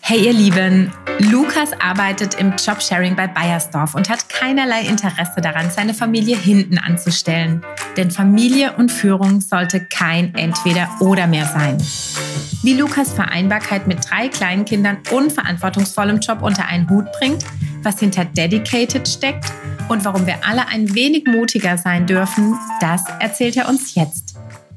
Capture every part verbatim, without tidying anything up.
Hey ihr Lieben, Lukas arbeitet im Jobsharing bei Beiersdorf und hat keinerlei Interesse daran, seine Familie hinten anzustellen. Denn Familie und Führung sollte kein Entweder-Oder mehr sein. Wie Lukas Vereinbarkeit mit drei kleinen Kindern und verantwortungsvollem Job unter einen Hut bringt, was hinter Dedicated steckt und warum wir alle ein wenig mutiger sein dürfen, das erzählt er uns jetzt.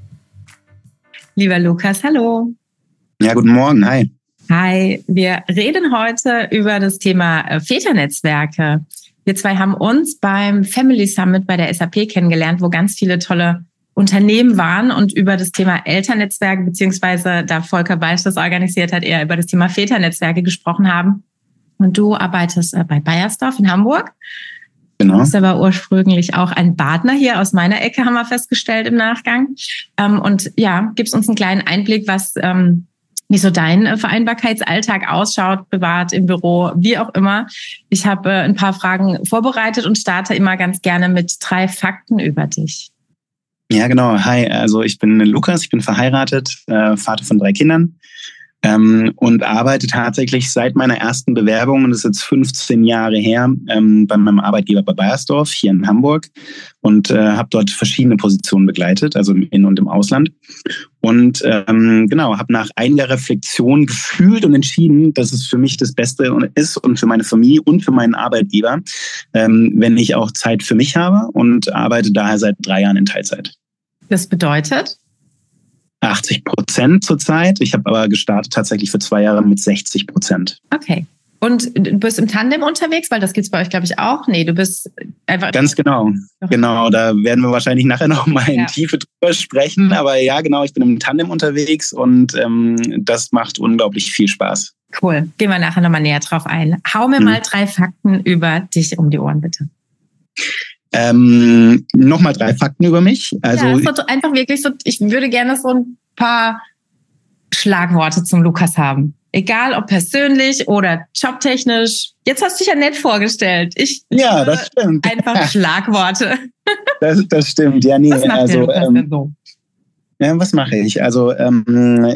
Lieber Lukas, hallo. Ja, guten Morgen, hi. Hi, wir reden heute über das Thema Väternetzwerke. Wir zwei haben uns beim Family Summit bei der S A P kennengelernt, wo ganz viele tolle Unternehmen waren und über das Thema Elternnetzwerke, beziehungsweise da Volker Beisch das organisiert hat, eher über das Thema Väternetzwerke gesprochen haben. Und du arbeitest bei Beiersdorf in Hamburg. Genau. Du bist aber ursprünglich auch ein Badner hier aus meiner Ecke, haben wir festgestellt im Nachgang. Und ja, gibst uns einen kleinen Einblick, was wie so dein Vereinbarkeitsalltag ausschaut, privat, im Büro, wie auch immer. Ich habe ein paar Fragen vorbereitet und starte immer ganz gerne mit drei Fakten über dich. Ja, genau. Hi, also ich bin Lukas, ich bin verheiratet, äh, Vater von drei Kindern ähm, und arbeite tatsächlich seit meiner ersten Bewerbung, und das ist jetzt fünfzehn Jahre her, ähm, bei meinem Arbeitgeber bei Beiersdorf hier in Hamburg und äh, habe dort verschiedene Positionen begleitet, also im In- und im Ausland. Und ähm, genau, habe nach einiger Reflexion gefühlt und entschieden, dass es für mich das Beste ist und für meine Familie und für meinen Arbeitgeber, ähm, wenn ich auch Zeit für mich habe, und arbeite daher seit drei Jahren in Teilzeit. Das bedeutet? achtzig Prozent zurzeit. Ich habe aber gestartet tatsächlich für zwei Jahre mit sechzig Prozent. Okay. Und du bist im Tandem unterwegs, weil das gibt's bei euch, glaube ich, auch. Nee, du bist einfach... Ganz genau. Genau, da werden wir wahrscheinlich nachher noch mal in ja. Tiefe drüber sprechen. Aber ja, genau, ich bin im Tandem unterwegs und ähm, das macht unglaublich viel Spaß. Cool. Gehen wir nachher noch mal näher drauf ein. Hau mir hm. mal drei Fakten über dich um die Ohren, bitte. Ähm, Nochmal drei Fakten über mich. Also ja, so einfach wirklich so, ich würde gerne so ein paar Schlagworte zum Lukas haben. Egal, ob persönlich oder jobtechnisch. Jetzt hast du dich ja nett vorgestellt. Ich ja, das stimmt. Einfach Schlagworte. Das, das stimmt, ja, nee. Was macht also, der Lukas ähm, denn so? Ja, was mache ich? Also, ähm,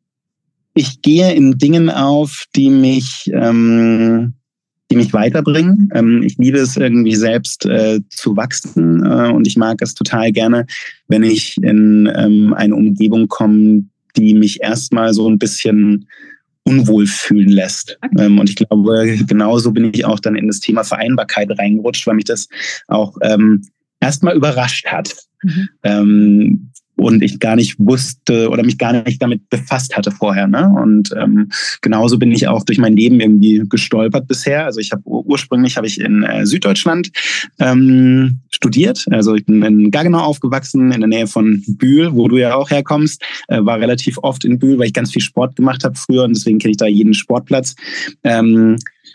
ich gehe in Dingen auf, die mich... Ähm, die mich weiterbringen. Ähm, ich liebe es irgendwie selbst äh, zu wachsen äh, und ich mag es total gerne, wenn ich in ähm, eine Umgebung komme, die mich erstmal so ein bisschen unwohl fühlen lässt. Okay. Ähm, und ich glaube, genauso bin ich auch dann in das Thema Vereinbarkeit reingerutscht, weil mich das auch ähm, erstmal überrascht hat. Mhm. Ähm, und ich gar nicht wusste oder mich gar nicht damit befasst hatte vorher. Ne? Und ähm, genauso bin ich auch durch mein Leben irgendwie gestolpert bisher. Also ich habe ursprünglich habe ich in äh, Süddeutschland ähm, studiert. Also ich bin in Gaggenau aufgewachsen, in der Nähe von Bühl, wo du ja auch herkommst. Äh, war relativ oft in Bühl, weil ich ganz viel Sport gemacht habe früher und deswegen kenne ich da jeden Sportplatz. Ähm,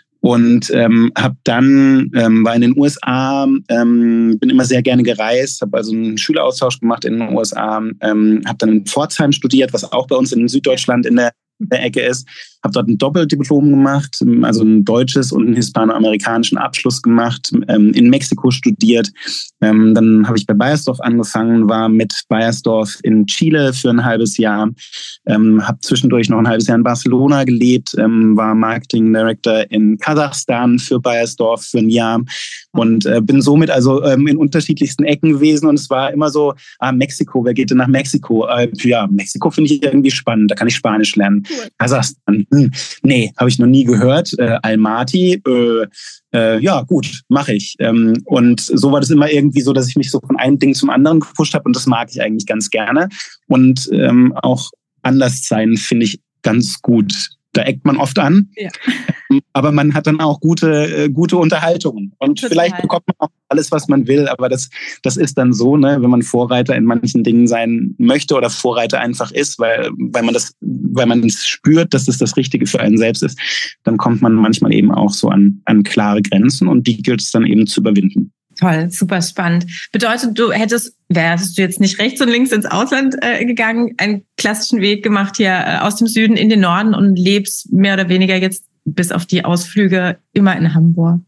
Und ähm, habe dann, ähm, war in den U S A, ähm, bin immer sehr gerne gereist, habe also einen Schüleraustausch gemacht in den U S A, ähm, habe dann in Pforzheim studiert, was auch bei uns in Süddeutschland in der, in der Ecke ist. Habe dort ein Doppeldiplom gemacht, also ein deutsches und einen hispanoamerikanischen Abschluss gemacht, ähm, in Mexiko studiert. Ähm, dann habe ich bei Beiersdorf angefangen, war mit Beiersdorf in Chile für ein halbes Jahr, ähm, habe zwischendurch noch ein halbes Jahr in Barcelona gelebt, ähm, war Marketing Director in Kasachstan für Beiersdorf für ein Jahr und äh, bin somit also ähm, in unterschiedlichsten Ecken gewesen und es war immer so, ah, Mexiko, wer geht denn nach Mexiko? Äh, ja, Mexiko finde ich irgendwie spannend, da kann ich Spanisch lernen. Cool. Kasachstan, hm, nee, habe ich noch nie gehört. Äh, Almaty, äh, äh, ja gut, mache ich. Ähm, und so war das immer irgendwie so, dass ich mich so von einem Ding zum anderen gepusht habe und das mag ich eigentlich ganz gerne. Und ähm, auch anders sein finde ich ganz gut. Da eckt man oft an, ja. Aber man hat dann auch gute, äh, gute Unterhaltungen. Und Total. Vielleicht bekommt man auch alles, was man will, aber das, das ist dann so, ne, wenn man Vorreiter in manchen Dingen sein möchte oder Vorreiter einfach ist, weil, weil man das, weil man es spürt, dass es das Richtige für einen selbst ist, dann kommt man manchmal eben auch so an, an klare Grenzen und die gilt es dann eben zu überwinden. Toll, super spannend. Bedeutet, du hättest, wärst du jetzt nicht rechts und links ins Ausland äh, gegangen, einen klassischen Weg gemacht hier äh, aus dem Süden in den Norden und lebst mehr oder weniger jetzt bis auf die Ausflüge immer in Hamburg?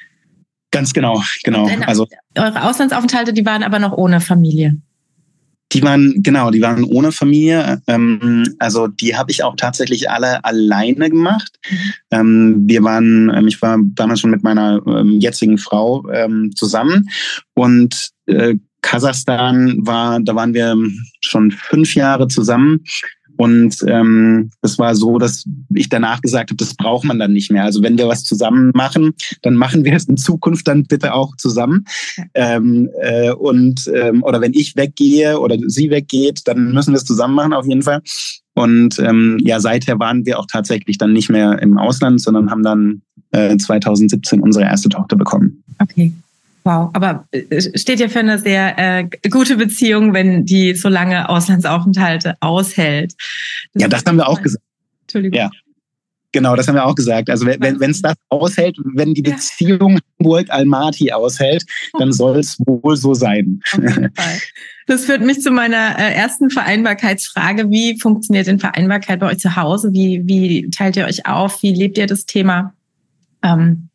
Ganz genau, genau. Deine, also eure Auslandsaufenthalte, die waren aber noch ohne Familie? Die waren, genau, die waren ohne Familie. Ähm, also die habe ich auch tatsächlich alle alleine gemacht. Mhm. Ähm, wir waren, ähm, ich war damals schon mit meiner ähm, jetzigen Frau ähm, zusammen und äh, Kasachstan war, da waren wir schon fünf Jahre zusammen. Und ähm, das war so, dass ich danach gesagt habe, das braucht man dann nicht mehr. Also wenn wir was zusammen machen, dann machen wir es in Zukunft dann bitte auch zusammen. Ja. Ähm, äh, und ähm, oder wenn ich weggehe oder sie weggeht, dann müssen wir es zusammen machen auf jeden Fall. Und ähm, ja, seither waren wir auch tatsächlich dann nicht mehr im Ausland, sondern haben dann äh, zwanzig siebzehn unsere erste Tochter bekommen. Okay. Wow, aber steht ja für eine sehr äh, gute Beziehung, wenn die so lange Auslandsaufenthalte aushält. Das ja, das haben wir auch gesagt. Entschuldigung. Ja, genau, das haben wir auch gesagt. Also wenn es das aushält, wenn die Beziehung ja. Hamburg-Almaty aushält, dann soll es wohl so sein. Auf jeden Fall. Das führt mich zu meiner äh, ersten Vereinbarkeitsfrage. Wie funktioniert denn Vereinbarkeit bei euch zu Hause? Wie, wie teilt ihr euch auf? Wie lebt ihr das Thema? Ähm,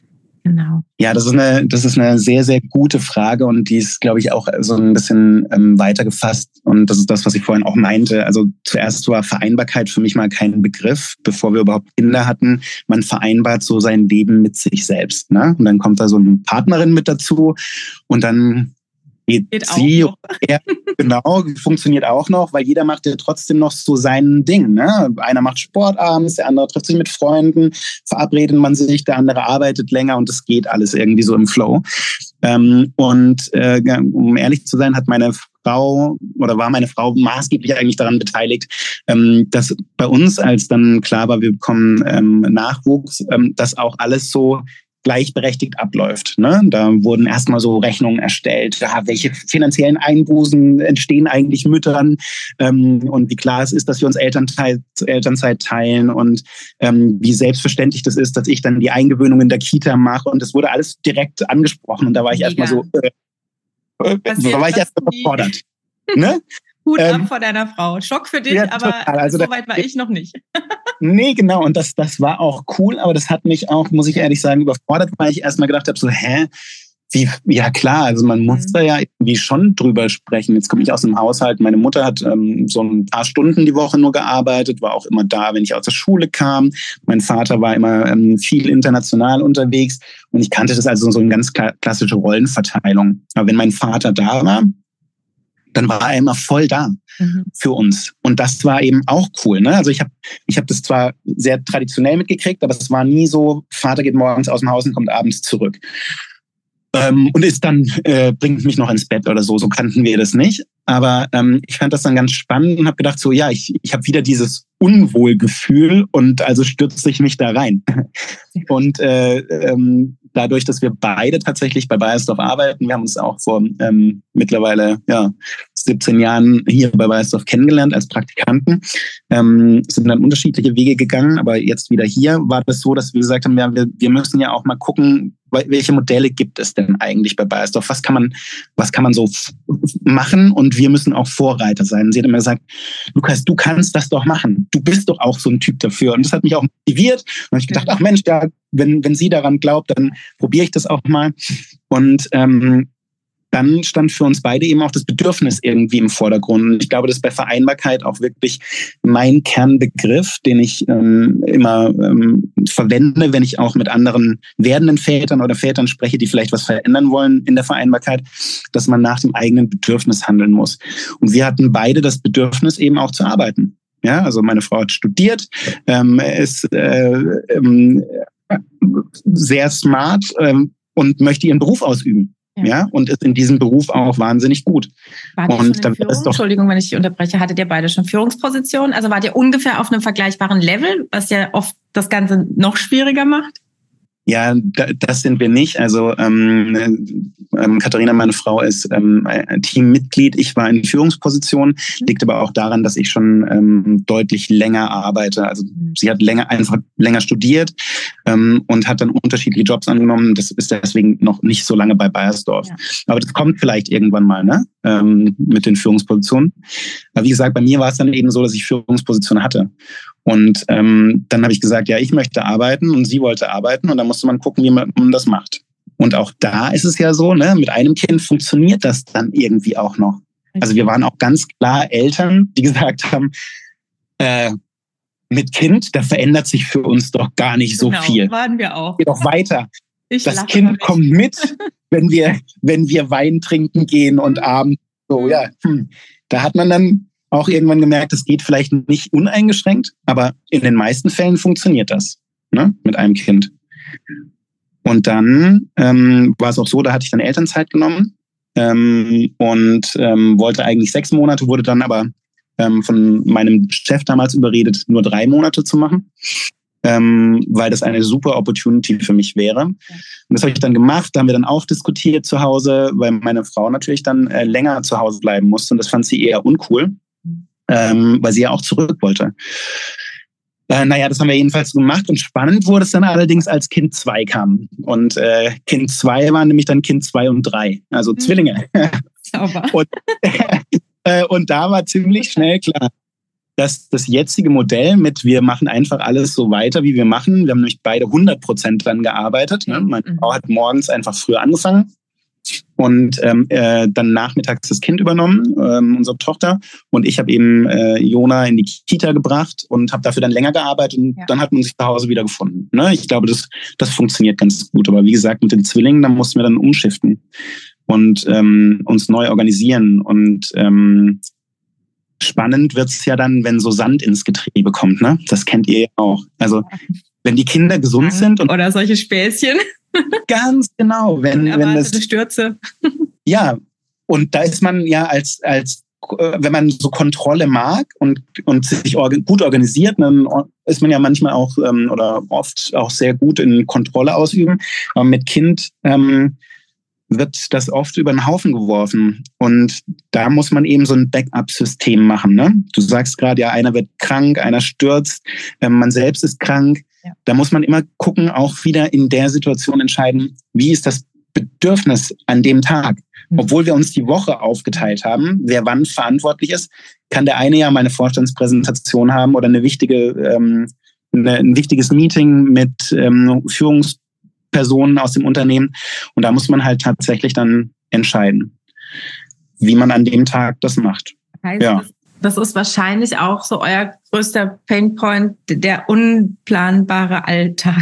Genau. Ja, das ist eine, das ist eine sehr, sehr gute Frage und die ist, glaube ich, auch so ein bisschen ähm, weiter gefasst. Und das ist das, was ich vorhin auch meinte. Also zuerst war Vereinbarkeit für mich mal kein Begriff, bevor wir überhaupt Kinder hatten. Man vereinbart so sein Leben mit sich selbst, ne? Und dann kommt da so eine Partnerin mit dazu und dann geht, geht sie und er, genau, funktioniert auch noch, weil jeder macht ja trotzdem noch so sein Ding. Ne? Einer macht Sport abends, der andere trifft sich mit Freunden, verabredet man sich, der andere arbeitet länger und das geht alles irgendwie so im Flow. Ähm, und äh, um ehrlich zu sein, hat meine Frau oder war meine Frau maßgeblich eigentlich daran beteiligt, ähm, dass bei uns, als dann klar war, wir bekommen ähm, Nachwuchs, ähm, dass auch alles so gleichberechtigt abläuft. Ne? Da wurden erstmal so Rechnungen erstellt, ja, welche finanziellen Einbußen entstehen eigentlich Müttern ähm, und wie klar es ist, dass wir uns Elternzeit, Elternzeit teilen und ähm, wie selbstverständlich das ist, dass ich dann die Eingewöhnung in der Kita mache und das wurde alles direkt angesprochen und da war ich erstmal so, äh, äh, da war ich erstmal überfordert. Ne? Hut ab ähm, vor deiner Frau. Schock für dich, ja, aber also so weit war ich noch nicht. Nee, genau. Und das, das war auch cool, aber das hat mich auch, muss ich ehrlich sagen, überfordert, weil ich erstmal gedacht habe, so, hä? Wie, ja klar, also man muss mhm. da ja irgendwie schon drüber sprechen. Jetzt komme ich aus einem Haushalt, meine Mutter hat ähm, so ein paar Stunden die Woche nur gearbeitet, war auch immer da, wenn ich aus der Schule kam. Mein Vater war immer ähm, viel international unterwegs und ich kannte das also so eine ganz klassische Rollenverteilung. Aber wenn mein Vater da war, dann war er immer voll da mhm. für uns. Und das war eben auch cool. Ne? Also ich habe ich hab das zwar sehr traditionell mitgekriegt, aber es war nie so, Vater geht morgens aus dem Haus und kommt abends zurück. Ähm, und ist dann, äh, bringt mich noch ins Bett oder so. So kannten wir das nicht. Aber ähm, ich fand das dann ganz spannend und habe gedacht, so ja, ich, ich habe wieder dieses Unwohlgefühl und also stürze ich mich da rein. Und äh, ähm, dadurch, dass wir beide tatsächlich bei Bayersdorf arbeiten, wir haben uns auch vor ähm, mittlerweile ja siebzehn Jahren hier bei Bayersdorf kennengelernt als Praktikanten, ähm, sind dann unterschiedliche Wege gegangen, aber jetzt wieder hier war das so, dass wir gesagt haben, ja, wir, wir müssen ja auch mal gucken, welche Modelle gibt es denn eigentlich bei Bayersdorf? Was kann man, was kann man so f- machen? Und wir müssen auch Vorreiter sein. Sie hat immer gesagt, Lukas, du kannst das doch machen. Du bist doch auch so ein Typ dafür. Und das hat mich auch motiviert. Und habe ich gedacht, ach Mensch, ja, wenn, wenn sie daran glaubt, dann probiere ich das auch mal. Und ähm, dann stand für uns beide eben auch das Bedürfnis irgendwie im Vordergrund. Und ich glaube, das ist bei Vereinbarkeit auch wirklich mein Kernbegriff, den ich ähm, immer ähm, verwende, wenn ich auch mit anderen werdenden Vätern oder Vätern spreche, die vielleicht was verändern wollen in der Vereinbarkeit, dass man nach dem eigenen Bedürfnis handeln muss. Und wir hatten beide das Bedürfnis, eben auch zu arbeiten. Ja, also meine Frau hat studiert, ähm, ist äh, ähm, sehr smart ähm, und möchte ihren Beruf ausüben. Ja. ja, und ist in diesem Beruf auch wahnsinnig gut. Wart ihr und schon in Führung? Entschuldigung, wenn ich dich unterbreche. Hattet ihr beide schon Führungspositionen? Also wart ihr ungefähr auf einem vergleichbaren Level, was ja oft das Ganze noch schwieriger macht? Ja, das sind wir nicht. Also ähm, ähm, Katharina, meine Frau, ist ähm, Teammitglied. Ich war in Führungsposition. Liegt aber auch daran, dass ich schon ähm, deutlich länger arbeite. Also sie hat länger einfach länger studiert ähm, und hat dann unterschiedliche Jobs angenommen. Das ist deswegen noch nicht so lange bei Bayersdorf. Ja. Aber das kommt vielleicht irgendwann mal, ne? Ähm, mit den Führungspositionen. Aber wie gesagt, bei mir war es dann eben so, dass ich Führungspositionen hatte. Und ähm, dann habe ich gesagt, ja, ich möchte arbeiten und sie wollte arbeiten und dann musste man gucken, wie man das macht. Und auch da ist es ja so, ne, mit einem Kind funktioniert das dann irgendwie auch noch. Also wir waren auch ganz klar Eltern, die gesagt haben, äh, mit Kind, da verändert sich für uns doch gar nicht so genau, viel. Waren wir auch. Geht doch weiter. Ich das Kind damit. kommt mit, wenn wir, wenn wir Wein trinken gehen und abends so, ja. Hm. Da hat man dann auch irgendwann gemerkt, es geht vielleicht nicht uneingeschränkt, aber in den meisten Fällen funktioniert das, ne, mit einem Kind. Und dann ähm, war es auch so, da hatte ich dann Elternzeit genommen ähm, und ähm, wollte eigentlich sechs Monate, wurde dann aber ähm, von meinem Chef damals überredet, nur drei Monate zu machen, ähm, weil das eine super Opportunity für mich wäre. Und das habe ich dann gemacht, da haben wir dann auch diskutiert zu Hause, weil meine Frau natürlich dann äh, länger zu Hause bleiben musste und das fand sie eher uncool, ähm, weil sie ja auch zurück wollte. Äh, naja, das haben wir jedenfalls gemacht und spannend wurde es dann allerdings, als Kind zwei kam. Und äh, Kind zwei war nämlich dann Kind zwei und drei, also mhm. Zwillinge. Sauber. und, äh, und da war ziemlich schnell klar, dass das jetzige Modell mit wir machen einfach alles so weiter, wie wir machen, wir haben nämlich beide hundert Prozent dann gearbeitet. Ne? Meine mhm. Frau hat morgens einfach früher angefangen und ähm, äh, dann nachmittags das Kind übernommen, ähm, unsere Tochter. Und ich habe eben äh, Jona in die Kita gebracht und habe dafür dann länger gearbeitet. Und ja. dann hat man sich zu Hause wieder gefunden. Ne? Ich glaube, das, das funktioniert ganz gut. Aber wie gesagt, mit den Zwillingen, da mussten wir dann umschiften und ähm, uns neu organisieren. Und ähm, spannend wird's ja dann, wenn so Sand ins Getriebe kommt. Ne? Das kennt ihr ja auch. Also wenn die Kinder gesund sind. Und oder solche Späßchen. Ganz genau. Wenn, wenn das, Stürze. Ja, und da ist man ja als, als wenn man so Kontrolle mag und, und sich organ, gut organisiert, dann ist man ja manchmal auch ähm, oder oft auch sehr gut in Kontrolle ausüben. Aber mit Kind ähm, wird das oft über den Haufen geworfen. Und da muss man eben so ein Backup-System machen. Ne? Du sagst gerade, ja, einer wird krank, einer stürzt, ähm, man selbst ist krank. Ja. Da muss man immer gucken, auch wieder in der Situation entscheiden, wie ist das Bedürfnis an dem Tag. Mhm. Obwohl wir uns die Woche aufgeteilt haben, wer wann verantwortlich ist, kann der eine ja mal eine Vorstandspräsentation haben oder eine wichtige, ähm, eine, ein wichtiges Meeting mit ähm, Führungspersonen aus dem Unternehmen. Und da muss man halt tatsächlich dann entscheiden, wie man an dem Tag das macht. Heißt ja. Das, das ist wahrscheinlich auch so euer größter Painpoint, der unplanbare Alltag.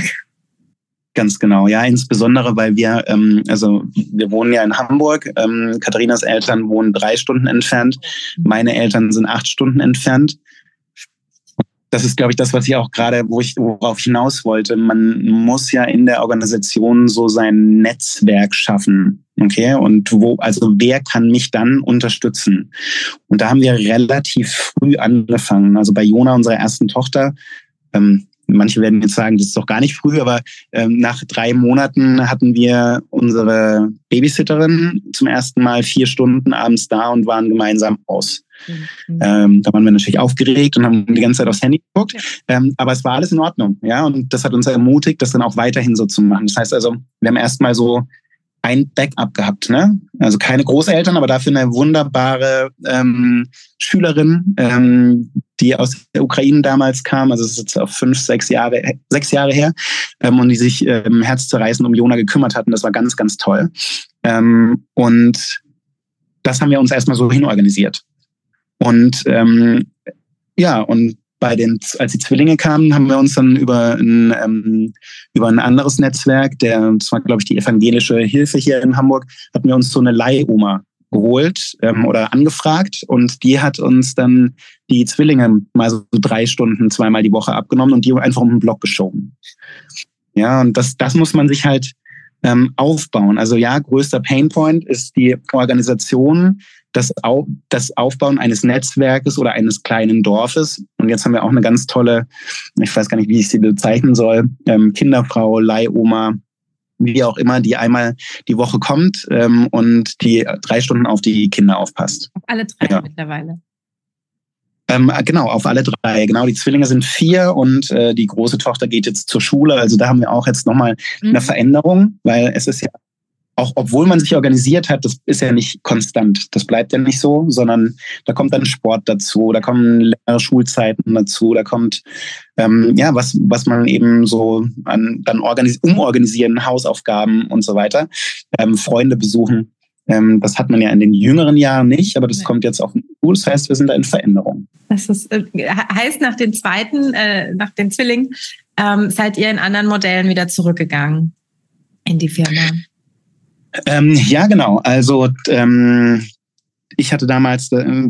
Ganz genau, ja, insbesondere, weil wir, ähm, also wir wohnen ja in Hamburg, ähm, Katharinas Eltern wohnen drei Stunden entfernt, meine Eltern sind acht Stunden entfernt. Das ist, glaube ich, das, was ich auch gerade, wo ich worauf hinaus wollte. Man muss ja in der Organisation so sein Netzwerk schaffen, okay? Und wo, also wer kann mich dann unterstützen? Und da haben wir relativ früh angefangen. Also bei Jona, unserer ersten Tochter, ähm, manche werden jetzt sagen, das ist doch gar nicht früh, aber ähm, nach drei Monaten hatten wir unsere Babysitterin zum ersten Mal vier Stunden abends da und waren gemeinsam aus. Mhm. Ähm, da waren wir natürlich aufgeregt und haben die ganze Zeit aufs Handy geguckt. Ja. Ähm, aber es war alles in Ordnung. Ja? Und das hat uns ermutigt, das dann auch weiterhin so zu machen. Das heißt also, wir haben erstmal so ein Backup gehabt, ne? Also keine Großeltern, aber dafür eine wunderbare ähm, Schülerin, ähm, die aus der Ukraine damals kam. Also es ist jetzt auch fünf, sechs Jahre, sechs Jahre her, ähm, und die sich ähm, herzzerreißend um Jona gekümmert hat. Und das war ganz, ganz toll. Ähm, und das haben wir uns erstmal so hinorganisiert. Und ähm, ja, und bei den, als die Zwillinge kamen, haben wir uns dann über ein, ähm, über ein anderes Netzwerk, der, das war, glaube ich, die evangelische Hilfe hier in Hamburg, hatten wir uns so eine Leihoma geholt ähm, oder angefragt und die hat uns dann die Zwillinge mal so drei Stunden zweimal die Woche abgenommen und die einfach um den Block geschoben. Ja, und das, das muss man sich halt ähm, aufbauen. Also ja, größter Painpoint ist die Organisation, das, Au- das Aufbauen eines Netzwerkes oder eines kleinen Dorfes. Und jetzt haben wir auch eine ganz tolle, ich weiß gar nicht, wie ich sie bezeichnen soll, ähm, Kinderfrau, Leihoma, wie auch immer, die einmal die Woche kommt ähm, und die drei Stunden auf die Kinder aufpasst. Auf alle drei ja. mittlerweile. Ähm, genau, auf alle drei. Genau, die Zwillinge sind vier und äh, die große Tochter geht jetzt zur Schule. Also da haben wir auch jetzt nochmal mhm. eine Veränderung, weil es ist ja, auch obwohl man sich organisiert hat, das ist ja nicht konstant. Das bleibt ja nicht so, sondern da kommt dann Sport dazu, da kommen längere Schulzeiten dazu, da kommt ähm, ja was, was man eben so an dann organis- umorganisieren, Hausaufgaben und so weiter, ähm, Freunde besuchen. Ähm, das hat man ja in den jüngeren Jahren nicht, aber das ja. kommt jetzt auch gut. Das heißt, wir sind da in Veränderung. Das ist, äh, heißt, nach den zweiten, äh, nach den Zwillingen, ähm, seid ihr in anderen Modellen wieder zurückgegangen in die Firma? Ähm, ja, genau. Also ähm, ich hatte damals äh,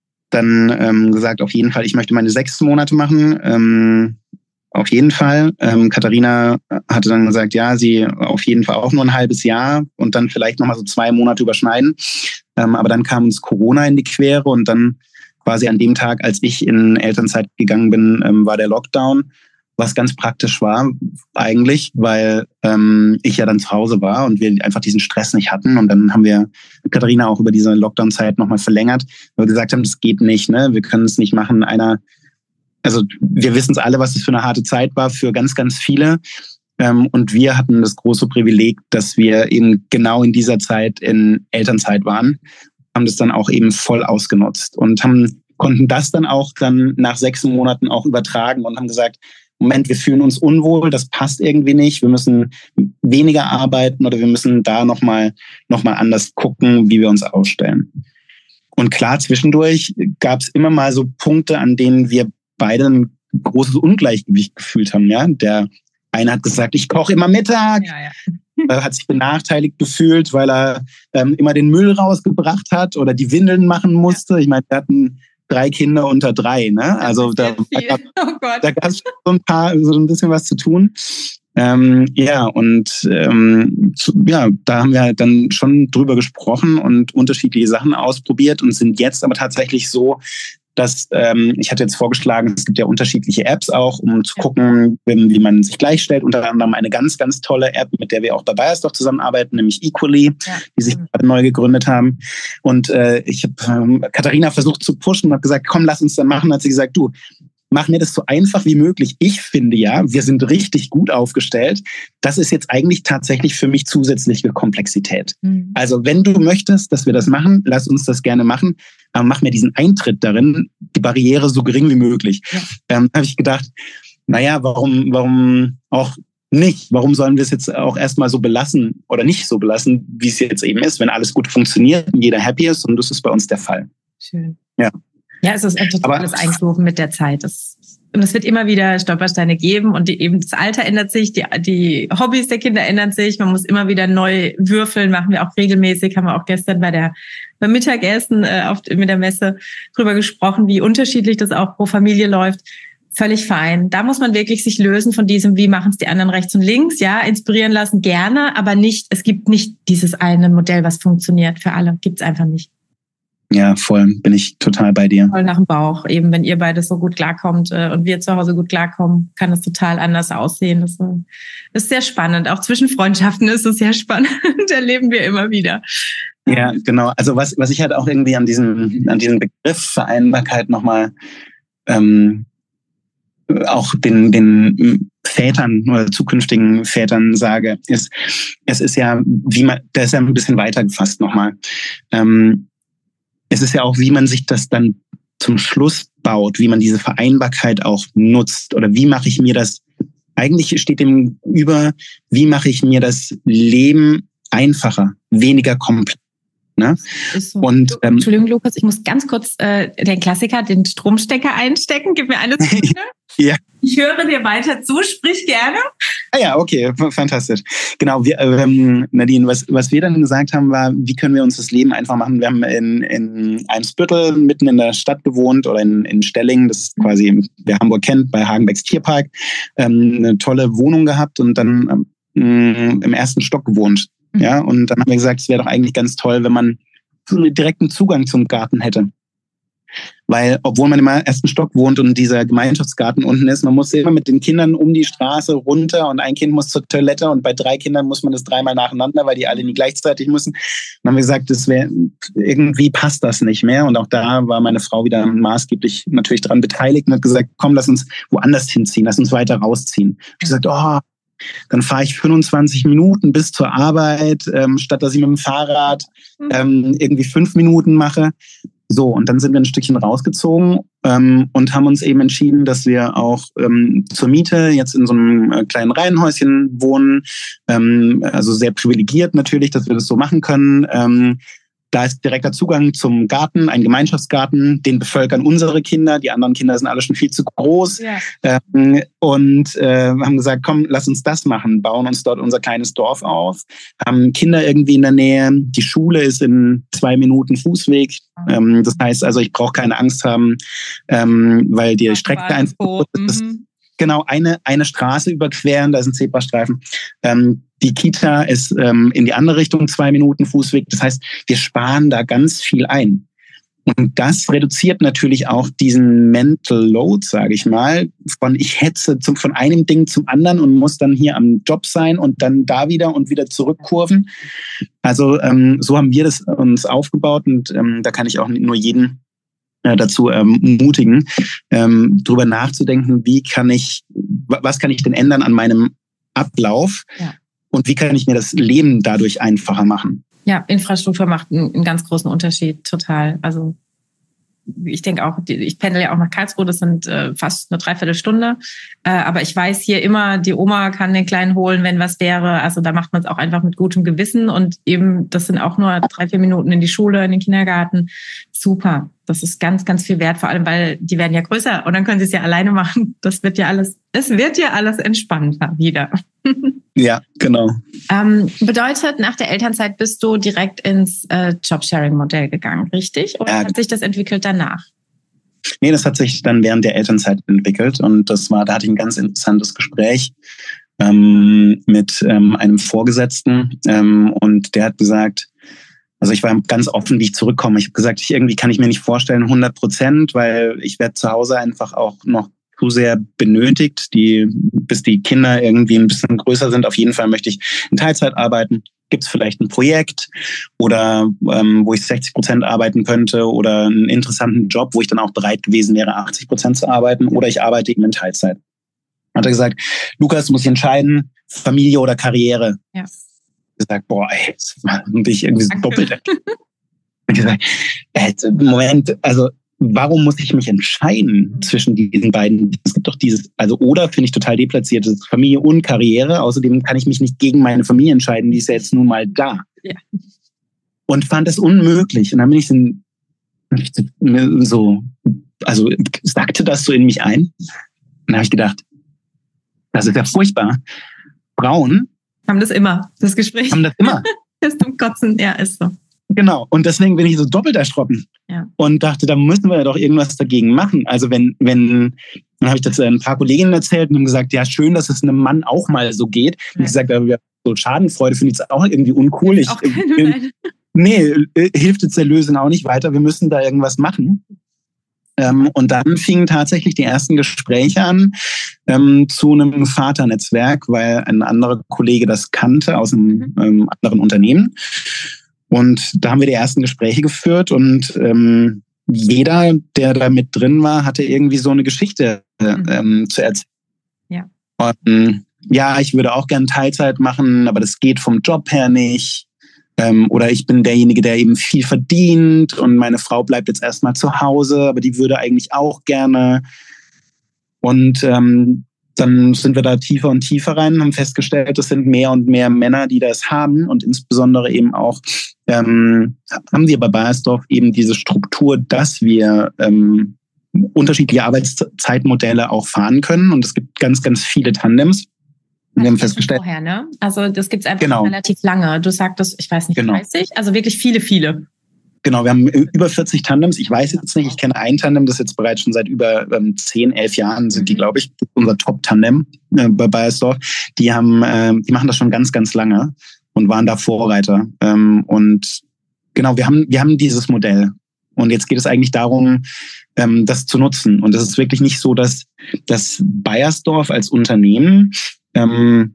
dann ähm, gesagt, auf jeden Fall, ich möchte meine sechs Monate machen. Ähm, auf jeden Fall. Ähm, Katharina hatte dann gesagt, ja, sie auf jeden Fall auch nur ein halbes Jahr und dann vielleicht nochmal so zwei Monate überschneiden. Ähm, aber dann kam uns Corona in die Quere und dann quasi an dem Tag, als ich in Elternzeit gegangen bin, ähm, war der Lockdown, was ganz praktisch war eigentlich, weil ähm, ich ja dann zu Hause war und wir einfach diesen Stress nicht hatten. Und dann haben wir Katharina auch über diese Lockdown-Zeit nochmal verlängert, weil wir gesagt haben, das geht nicht, ne? Wir können es nicht machen. Einer Also wir wissen es alle, was es für eine harte Zeit war für ganz, ganz viele. Ähm, und wir hatten das große Privileg, dass wir eben genau in dieser Zeit in Elternzeit waren, haben das dann auch eben voll ausgenutzt und haben, konnten das dann auch dann nach sechs Monaten auch übertragen und haben gesagt, Moment, wir fühlen uns unwohl, das passt irgendwie nicht, wir müssen weniger arbeiten oder wir müssen da nochmal noch mal anders gucken, wie wir uns aufstellen. Und klar, zwischendurch gab es immer mal so Punkte, an denen wir beide ein großes Ungleichgewicht gefühlt haben. Ja? Der eine hat gesagt, ich koche immer Mittag, ja, ja. Er hat sich benachteiligt gefühlt, weil er ähm, immer den Müll rausgebracht hat oder die Windeln machen musste. Ja. Ich meine, wir hatten drei Kinder unter drei. Ne? Also da, da, oh da gab es so ein paar, so ein bisschen was zu tun. Ähm, ja, und ähm, zu, ja, da haben wir halt dann schon drüber gesprochen und unterschiedliche Sachen ausprobiert und sind jetzt aber tatsächlich so, dass ähm, ich hatte jetzt vorgeschlagen, es gibt ja unterschiedliche Apps auch, um zu gucken, wie, wie man sich gleichstellt. Unter anderem eine ganz, ganz tolle App, mit der wir auch bei Bayersdorf zusammenarbeiten, nämlich Equally, ja. die sich gerade neu gegründet haben. Und äh, ich habe ähm, Katharina versucht zu pushen und habe gesagt, komm, lass uns dann machen. Hat sie gesagt, du, mach mir das so einfach wie möglich. Ich finde ja, wir sind richtig gut aufgestellt. Das ist jetzt eigentlich tatsächlich für mich zusätzliche Komplexität. Mhm. Also wenn du möchtest, dass wir das machen, lass uns das gerne machen. Aber mach mir diesen Eintritt darin, die Barriere so gering wie möglich. Ja. Ähm, habe ich gedacht, naja, warum, warum auch nicht? Warum sollen wir es jetzt auch erstmal so belassen oder nicht so belassen, wie es jetzt eben ist, wenn alles gut funktioniert und jeder happy ist? Und das ist bei uns der Fall. Schön. Ja. Ja, es ist ein totales Eingewoben mit der Zeit. Das, und es wird immer wieder Stolpersteine geben und die, eben das Alter ändert sich, die, die Hobbys der Kinder ändern sich. Man muss immer wieder neu würfeln, machen wir auch regelmäßig. Haben wir auch gestern bei der beim Mittagessen äh, auf, mit der Messe drüber gesprochen, wie unterschiedlich das auch pro Familie läuft. Völlig fein. Da muss man wirklich sich lösen von diesem, wie machen es die anderen rechts und links. Ja, inspirieren lassen gerne, aber nicht. Es gibt nicht dieses eine Modell, was funktioniert für alle. Gibt's einfach nicht. Ja, voll. Bin ich total bei dir. Voll nach dem Bauch. Eben, wenn ihr beide so gut klarkommt äh, und wir zu Hause gut klarkommen, kann das total anders aussehen. Das ist sehr spannend. Auch zwischen Freundschaften ist es sehr spannend. Erleben wir immer wieder. Ja, genau. Also was, was ich halt auch irgendwie an diesem, an diesem Begriff Vereinbarkeit nochmal ähm, auch den, den Vätern oder zukünftigen Vätern sage, ist, es ist ja, wie man, der ist ja ein bisschen weiter gefasst nochmal. Ähm, Es ist ja auch, wie man sich das dann zum Schluss baut, wie man diese Vereinbarkeit auch nutzt oder wie mache ich mir das, eigentlich steht dem über, wie mache ich mir das Leben einfacher, weniger komplex. Ne? Ist so. Und, ähm, Entschuldigung, Lukas, ich muss ganz kurz äh, den Klassiker, den Stromstecker einstecken. Gib mir eine Sekunde. Ja. Ich höre dir weiter zu, sprich gerne. Ah ja, okay, fantastisch. Genau, wir, ähm, Nadine, was, was wir dann gesagt haben, war, wie können wir uns das Leben einfach machen? Wir haben in, in Eimsbüttel mitten in der Stadt gewohnt oder in, in Stelling, das ist quasi, wer Hamburg kennt, bei Hagenbecks Tierpark, ähm, eine tolle Wohnung gehabt und dann ähm, im ersten Stock gewohnt. Ja, und dann haben wir gesagt, es wäre doch eigentlich ganz toll, wenn man einen direkten Zugang zum Garten hätte. Weil, obwohl man im ersten Stock wohnt und dieser Gemeinschaftsgarten unten ist, man muss immer mit den Kindern um die Straße runter und ein Kind muss zur Toilette und bei drei Kindern muss man das dreimal nacheinander, weil die alle nie gleichzeitig müssen. Dann haben wir gesagt, das wäre, irgendwie passt das nicht mehr. Und auch da war meine Frau wieder maßgeblich natürlich daran beteiligt und hat gesagt, komm, lass uns woanders hinziehen, lass uns weiter rausziehen. Ich habe gesagt, oh, dann fahre ich fünfundzwanzig Minuten bis zur Arbeit, ähm, statt dass ich mit dem Fahrrad ähm, irgendwie fünf Minuten mache. So, und dann sind wir ein Stückchen rausgezogen ähm, und haben uns eben entschieden, dass wir auch ähm, zur Miete jetzt in so einem äh, kleinen Reihenhäuschen wohnen. Ähm, also sehr privilegiert natürlich, dass wir das so machen können. Ähm, Da ist direkter Zugang zum Garten, ein Gemeinschaftsgarten, den bevölkern unsere Kinder. Die anderen Kinder sind alle schon viel zu groß. Ja. Ähm, und äh, haben gesagt, komm, lass uns das machen. Bauen uns dort unser kleines Dorf auf. Haben Kinder irgendwie in der Nähe. Die Schule ist in zwei Minuten Fußweg. Ähm, das heißt also, ich brauche keine Angst haben, ähm, weil die Strecke einfach kurz ist. Genau, eine, eine Straße überqueren, da ist ein Zebrastreifen. Ähm, die Kita ist ähm, in die andere Richtung zwei Minuten Fußweg. Das heißt, wir sparen da ganz viel ein. Und das reduziert natürlich auch diesen Mental Load, sage ich mal, von ich hetze zum, von einem Ding zum anderen und muss dann hier am Job sein und dann da wieder und wieder zurückkurven. Also ähm, so haben wir das uns aufgebaut und ähm, da kann ich auch nur jeden dazu ähm, mutigen, ähm, drüber nachzudenken, wie kann ich, was kann ich denn ändern an meinem Ablauf ja. und wie kann ich mir das Leben dadurch einfacher machen? Ja, Infrastruktur macht einen, einen ganz großen Unterschied, total. Also ich denke auch, ich pendle ja auch nach Karlsruhe, das sind äh, fast eine Dreiviertelstunde. Äh, aber ich weiß hier immer, die Oma kann den Kleinen holen, wenn was wäre. Also da macht man es auch einfach mit gutem Gewissen. Und eben, das sind auch nur drei, vier Minuten in die Schule, in den Kindergarten. Super. Das ist ganz, ganz viel wert, vor allem, weil die werden ja größer und dann können sie es ja alleine machen. Das wird ja alles, es wird ja alles entspannter wieder. Ja, genau. Ähm, bedeutet, nach der Elternzeit bist du direkt ins äh, Jobsharing-Modell gegangen, richtig? Oder ja. Hat sich das entwickelt danach? Nee, das hat sich dann während der Elternzeit entwickelt und das war, da hatte ich ein ganz interessantes Gespräch ähm, mit ähm, einem Vorgesetzten ähm, und der hat gesagt, also ich war ganz offen, wie ich zurückkomme. Ich habe gesagt, ich, irgendwie kann ich mir nicht vorstellen, hundert Prozent, weil ich werde zu Hause einfach auch noch zu sehr benötigt, die, bis die Kinder irgendwie ein bisschen größer sind. Auf jeden Fall möchte ich in Teilzeit arbeiten. Gibt es vielleicht ein Projekt oder ähm, wo ich sechzig Prozent arbeiten könnte oder einen interessanten Job, wo ich dann auch bereit gewesen wäre, achtzig Prozent zu arbeiten oder ich arbeite eben in Teilzeit. Hat er gesagt, Lukas, du musst dich entscheiden, Familie oder Karriere. Ja. Gesagt, boah, ey, das war ich irgendwie so doppelt. Ich gesagt, ey, Moment, also warum muss ich mich entscheiden zwischen diesen beiden? Es gibt doch dieses, also oder finde ich total deplatziert, das ist Familie und Karriere. Außerdem kann ich mich nicht gegen meine Familie entscheiden, die ist ja jetzt nun mal da. Ja. Und fand es unmöglich. Und dann bin ich so, also sagte das so in mich ein. Und dann habe ich gedacht, das ist ja furchtbar. Frauen haben das immer, das Gespräch. Haben das immer. Ist zum Kotzen, ja, ist so. Genau, und deswegen bin ich so doppelt erschrocken ja. und dachte, da müssen wir doch irgendwas dagegen machen. Also wenn, wenn, dann habe ich das ein paar Kolleginnen erzählt und haben gesagt, ja, schön, dass es einem Mann auch mal so geht. Ja. Und ich gesagt, ja, so Schadenfreude finde ich jetzt auch irgendwie uncool. Ich, auch keine, nee, hilft jetzt der Lösung auch nicht weiter. Wir müssen da irgendwas machen. Ähm, und dann fingen tatsächlich die ersten Gespräche an ähm, zu einem Vaternetzwerk, weil ein anderer Kollege das kannte aus einem ähm, anderen Unternehmen. Und da haben wir die ersten Gespräche geführt und ähm, jeder, der da mit drin war, hatte irgendwie so eine Geschichte ähm, zu erzählen. Ja. Und, ja, ich würde auch gern Teilzeit machen, aber das geht vom Job her nicht. Ähm, oder ich bin derjenige, der eben viel verdient und meine Frau bleibt jetzt erstmal zu Hause, aber die würde eigentlich auch gerne. Und ähm, dann sind wir da tiefer und tiefer rein und haben festgestellt, es sind mehr und mehr Männer, die das haben. Und insbesondere eben auch ähm, haben wir bei Bayersdorf eben diese Struktur, dass wir ähm, unterschiedliche Arbeitszeitmodelle auch fahren können. Und es gibt ganz, ganz viele Tandems. Wir haben festgestellt. Vorher, ne? Also das gibt es einfach genau. relativ lange. Du sagtest, ich weiß nicht, genau. dreißig, also wirklich viele, viele. Genau, wir haben über vierzig Tandems. Ich weiß jetzt nicht, ich kenne ein Tandem, das jetzt bereits schon seit über ähm, zehn, elf Jahren sind mhm. die, glaube ich, unser Top-Tandem äh, bei Bayersdorf. Die haben, äh, die machen das schon ganz, ganz lange und waren da Vorreiter. Ähm, und genau, wir haben, wir haben dieses Modell. Und jetzt geht es eigentlich darum, ähm, das zu nutzen. Und es ist wirklich nicht so, dass, dass Bayersdorf als Unternehmen Ähm,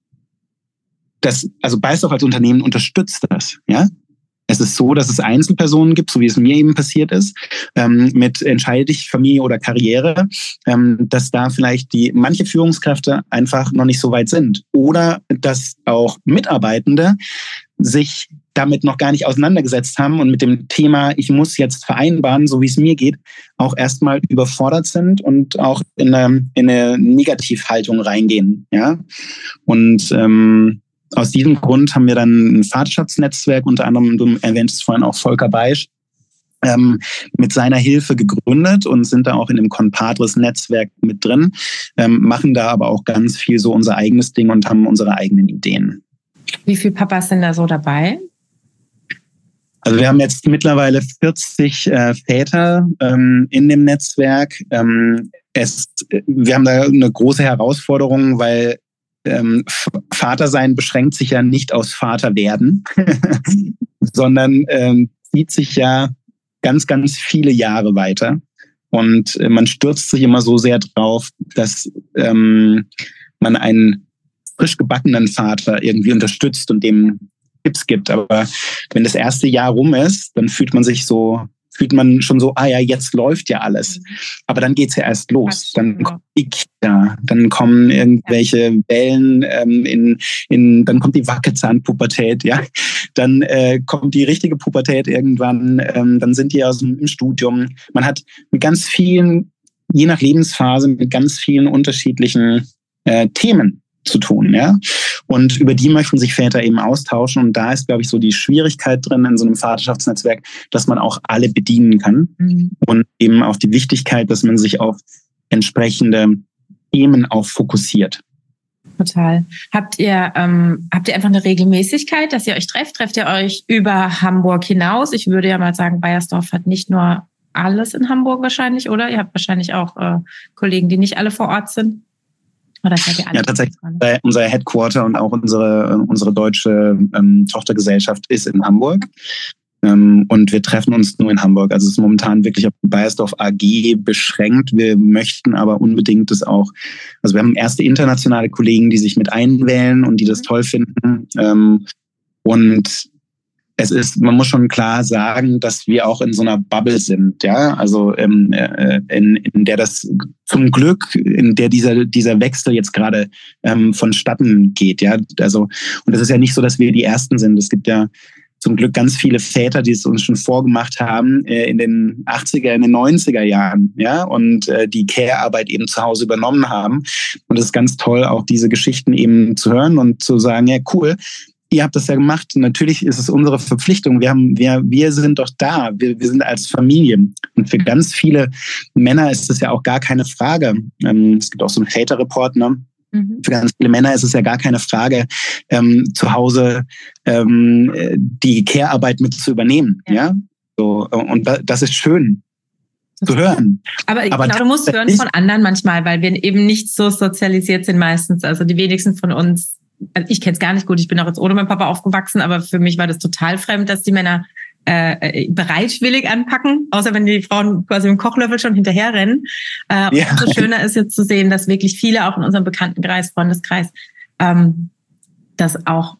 das, also Bayersdorf als Unternehmen unterstützt das, ja. Es ist so, dass es Einzelpersonen gibt, so wie es mir eben passiert ist, ähm, mit entscheide ich Familie oder Karriere, ähm, dass da vielleicht die manche Führungskräfte einfach noch nicht so weit sind oder dass auch Mitarbeitende sich damit noch gar nicht auseinandergesetzt haben und mit dem Thema, ich muss jetzt vereinbaren, so wie es mir geht, auch erstmal überfordert sind und auch in eine, in eine Negativhaltung reingehen. Ja? Und ähm, aus diesem Grund haben wir dann ein Vaterschaftsnetzwerk, unter anderem, du erwähntest vorhin auch Volker Beisch, ähm, mit seiner Hilfe gegründet und sind da auch in dem Compadres-Netzwerk mit drin, ähm, machen da aber auch ganz viel so unser eigenes Ding und haben unsere eigenen Ideen. Wie viele Papas sind da so dabei? Also wir haben jetzt mittlerweile vierzig äh, Väter ähm, in dem Netzwerk. Ähm, es, wir haben da eine große Herausforderung, weil ähm, Vatersein beschränkt sich ja nicht aus Vaterwerden, sondern ähm, zieht sich ja ganz, ganz viele Jahre weiter. Und äh, man stürzt sich immer so sehr drauf, dass ähm, man einen frisch gebackenen Vater irgendwie unterstützt und dem Tipps gibt. Aber wenn das erste Jahr rum ist, dann fühlt man sich so, fühlt man schon so, ah ja, jetzt läuft ja alles. Aber dann geht's ja erst los. Dann kommt die Kita, dann kommen irgendwelche Wellen, ähm, in, in, dann kommt die Wackelzahnpubertät, ja. Dann äh, kommt die richtige Pubertät irgendwann, ähm, dann sind die aus dem im Studium. Man hat mit ganz vielen, je nach Lebensphase, mit ganz vielen unterschiedlichen äh, Themen zu tun, ja. Und über die möchten sich Väter eben austauschen. Und da ist, glaube ich, so die Schwierigkeit drin in so einem Vaterschaftsnetzwerk, dass man auch alle bedienen kann. Mhm. Und eben auch die Wichtigkeit, dass man sich auf entsprechende Themen auch fokussiert. Total. Habt ihr, ähm, habt ihr einfach eine Regelmäßigkeit, dass ihr euch trefft? Trefft ihr euch über Hamburg hinaus? Ich würde ja mal sagen, Beiersdorf hat nicht nur alles in Hamburg wahrscheinlich, oder? Ihr habt wahrscheinlich auch äh, Kollegen, die nicht alle vor Ort sind. Oder seid ihr alle? Ja, tatsächlich. Unser Headquarter und auch unsere, unsere deutsche ähm, Tochtergesellschaft ist in Hamburg. Ähm, und wir treffen uns nur in Hamburg. Also es ist momentan wirklich auf die Beiersdorf A G beschränkt. Wir möchten aber unbedingt das auch, also wir haben erste internationale Kollegen, die sich mit einwählen und die das toll finden. Ähm, und es ist, man muss schon klar sagen, dass wir auch in so einer Bubble sind, ja, also ähm, äh, in, in der das zum Glück, in der dieser dieser Wechsel jetzt gerade ähm, vonstatten geht, ja, also und es ist ja nicht so, dass wir die Ersten sind. Es gibt ja zum Glück ganz viele Väter, die es uns schon vorgemacht haben äh, in den achtziger, in den neunziger Jahren, ja, und äh, die Care-Arbeit eben zu Hause übernommen haben. Und es ist ganz toll, auch diese Geschichten eben zu hören und zu sagen, ja, cool. Ihr habt das ja gemacht. Natürlich ist es unsere Verpflichtung. Wir haben, wir, wir sind doch da. Wir, wir sind als Familie. Und für ganz viele Männer ist das ja auch gar keine Frage. Ähm, es gibt auch so einen Väterreport, ne? Mhm. Für ganz viele Männer ist es ja gar keine Frage, ähm, zu Hause ähm, die Care-Arbeit mit zu übernehmen. Ja. ja? So, und das ist schön zu hören. Aber, Aber genau, du musst hören von anderen manchmal, weil wir eben nicht so sozialisiert sind meistens. Also die wenigsten von uns. Also ich kenne es gar nicht gut, ich bin auch jetzt ohne meinen Papa aufgewachsen, aber für mich war das total fremd, dass die Männer äh, bereitwillig anpacken, außer wenn die Frauen quasi im Kochlöffel schon hinterherrennen. Äh, ja. Umso schöner ist jetzt zu sehen, dass wirklich viele auch in unserem Bekanntenkreis, Freundeskreis, ähm, das auch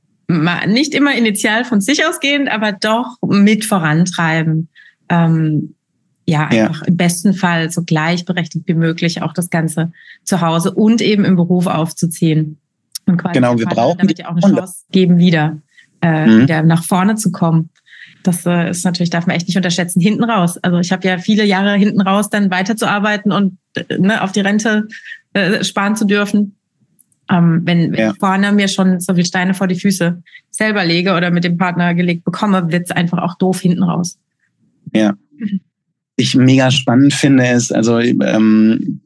mal nicht immer initial von sich ausgehend, aber doch mit vorantreiben. Ähm, ja, einfach ja. im besten Fall so gleichberechtigt wie möglich auch das Ganze zu Hause und eben im Beruf aufzuziehen. Und quasi genau, wir brauchen damit ja auch eine Chance geben, wieder, äh, mhm. wieder nach vorne zu kommen. Das äh, ist natürlich, darf man echt nicht unterschätzen, hinten raus. Also ich habe ja viele Jahre hinten raus dann weiterzuarbeiten und äh, ne, auf die Rente äh, sparen zu dürfen. Ähm, wenn wenn ja. ich vorne mir schon so viele Steine vor die Füße selber lege oder mit dem Partner gelegt bekomme, wird's einfach auch doof hinten raus. Ja. Mhm. Ich mega spannend finde ist, also ähm,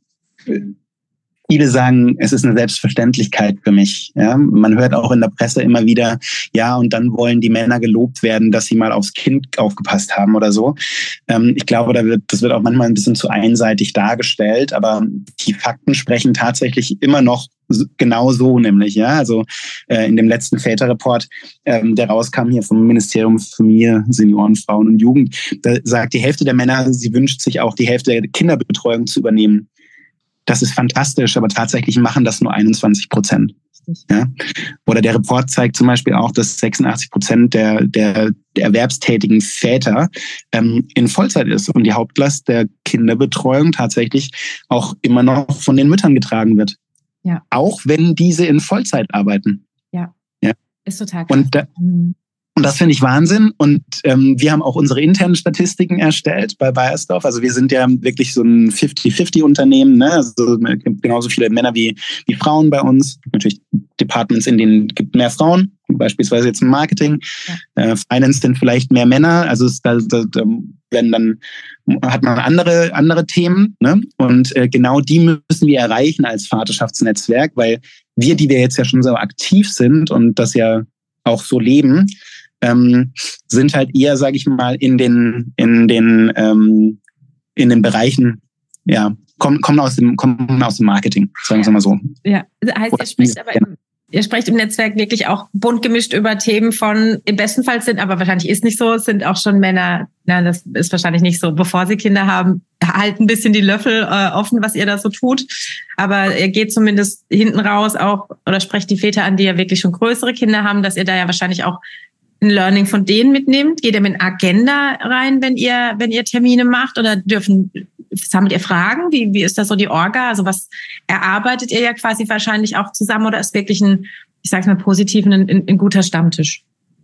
viele sagen, es ist eine Selbstverständlichkeit für mich. Ja, man hört auch in der Presse immer wieder, ja, und dann wollen die Männer gelobt werden, dass sie mal aufs Kind aufgepasst haben oder so. Ähm, ich glaube, da wird, das wird auch manchmal ein bisschen zu einseitig dargestellt, aber die Fakten sprechen tatsächlich immer noch genau so, nämlich, ja, also äh, in dem letzten Väterreport, ähm, der rauskam hier vom Ministerium für Familie, Senioren, Frauen und Jugend, da sagt die Hälfte der Männer, sie wünscht sich auch die Hälfte der Kinderbetreuung zu übernehmen. Das ist fantastisch, aber tatsächlich machen das nur einundzwanzig Prozent. Ja? Oder der Report zeigt zum Beispiel auch, dass sechsundachtzig Prozent der, der, der erwerbstätigen Väter ähm, in Vollzeit ist und die Hauptlast der Kinderbetreuung tatsächlich auch immer noch von den Müttern getragen wird. Ja. Auch wenn diese in Vollzeit arbeiten. Ja, ja. Ist total krass. Und, da, Und das finde ich Wahnsinn. Und ähm, wir haben auch unsere internen Statistiken erstellt bei Beiersdorf. Also wir sind ja wirklich so ein fifty fifty Unternehmen. Ne? Also es gibt genauso viele Männer wie, wie Frauen bei uns. Natürlich Departments, in denen es gibt mehr Frauen, beispielsweise jetzt im Marketing. Ja. Äh, Finance sind vielleicht mehr Männer. Also es, da, da, da werden dann hat man andere andere Themen. Ne? Und äh, genau die müssen wir erreichen als Vaterschaftsnetzwerk, weil wir, die wir jetzt ja schon so aktiv sind und das ja auch so leben, ähm, sind halt eher, sage ich mal, in den in den ähm, in den Bereichen, ja, kommen kommen aus dem kommen aus dem Marketing, sagen wir mal so. Ja, heißt, ihr spricht aber im, ihr sprecht im Netzwerk wirklich auch bunt gemischt über Themen von, im besten Fall sind, aber wahrscheinlich ist nicht so, sind auch schon Männer, na, das ist wahrscheinlich nicht so, bevor sie Kinder haben, halten ein bisschen die Löffel äh, offen, was ihr da so tut. Aber ihr geht zumindest hinten raus auch, oder sprecht die Väter an, die ja wirklich schon größere Kinder haben, dass ihr da ja wahrscheinlich auch ein Learning von denen mitnimmt. Geht ihr mit Agenda rein, wenn ihr, wenn ihr Termine macht, oder dürfen, sammelt ihr Fragen? Wie, wie ist das so die Orga? Also was erarbeitet ihr ja quasi wahrscheinlich auch zusammen, oder ist wirklich ein, ich sag's mal positiv, ein, ein, ein guter Stammtisch?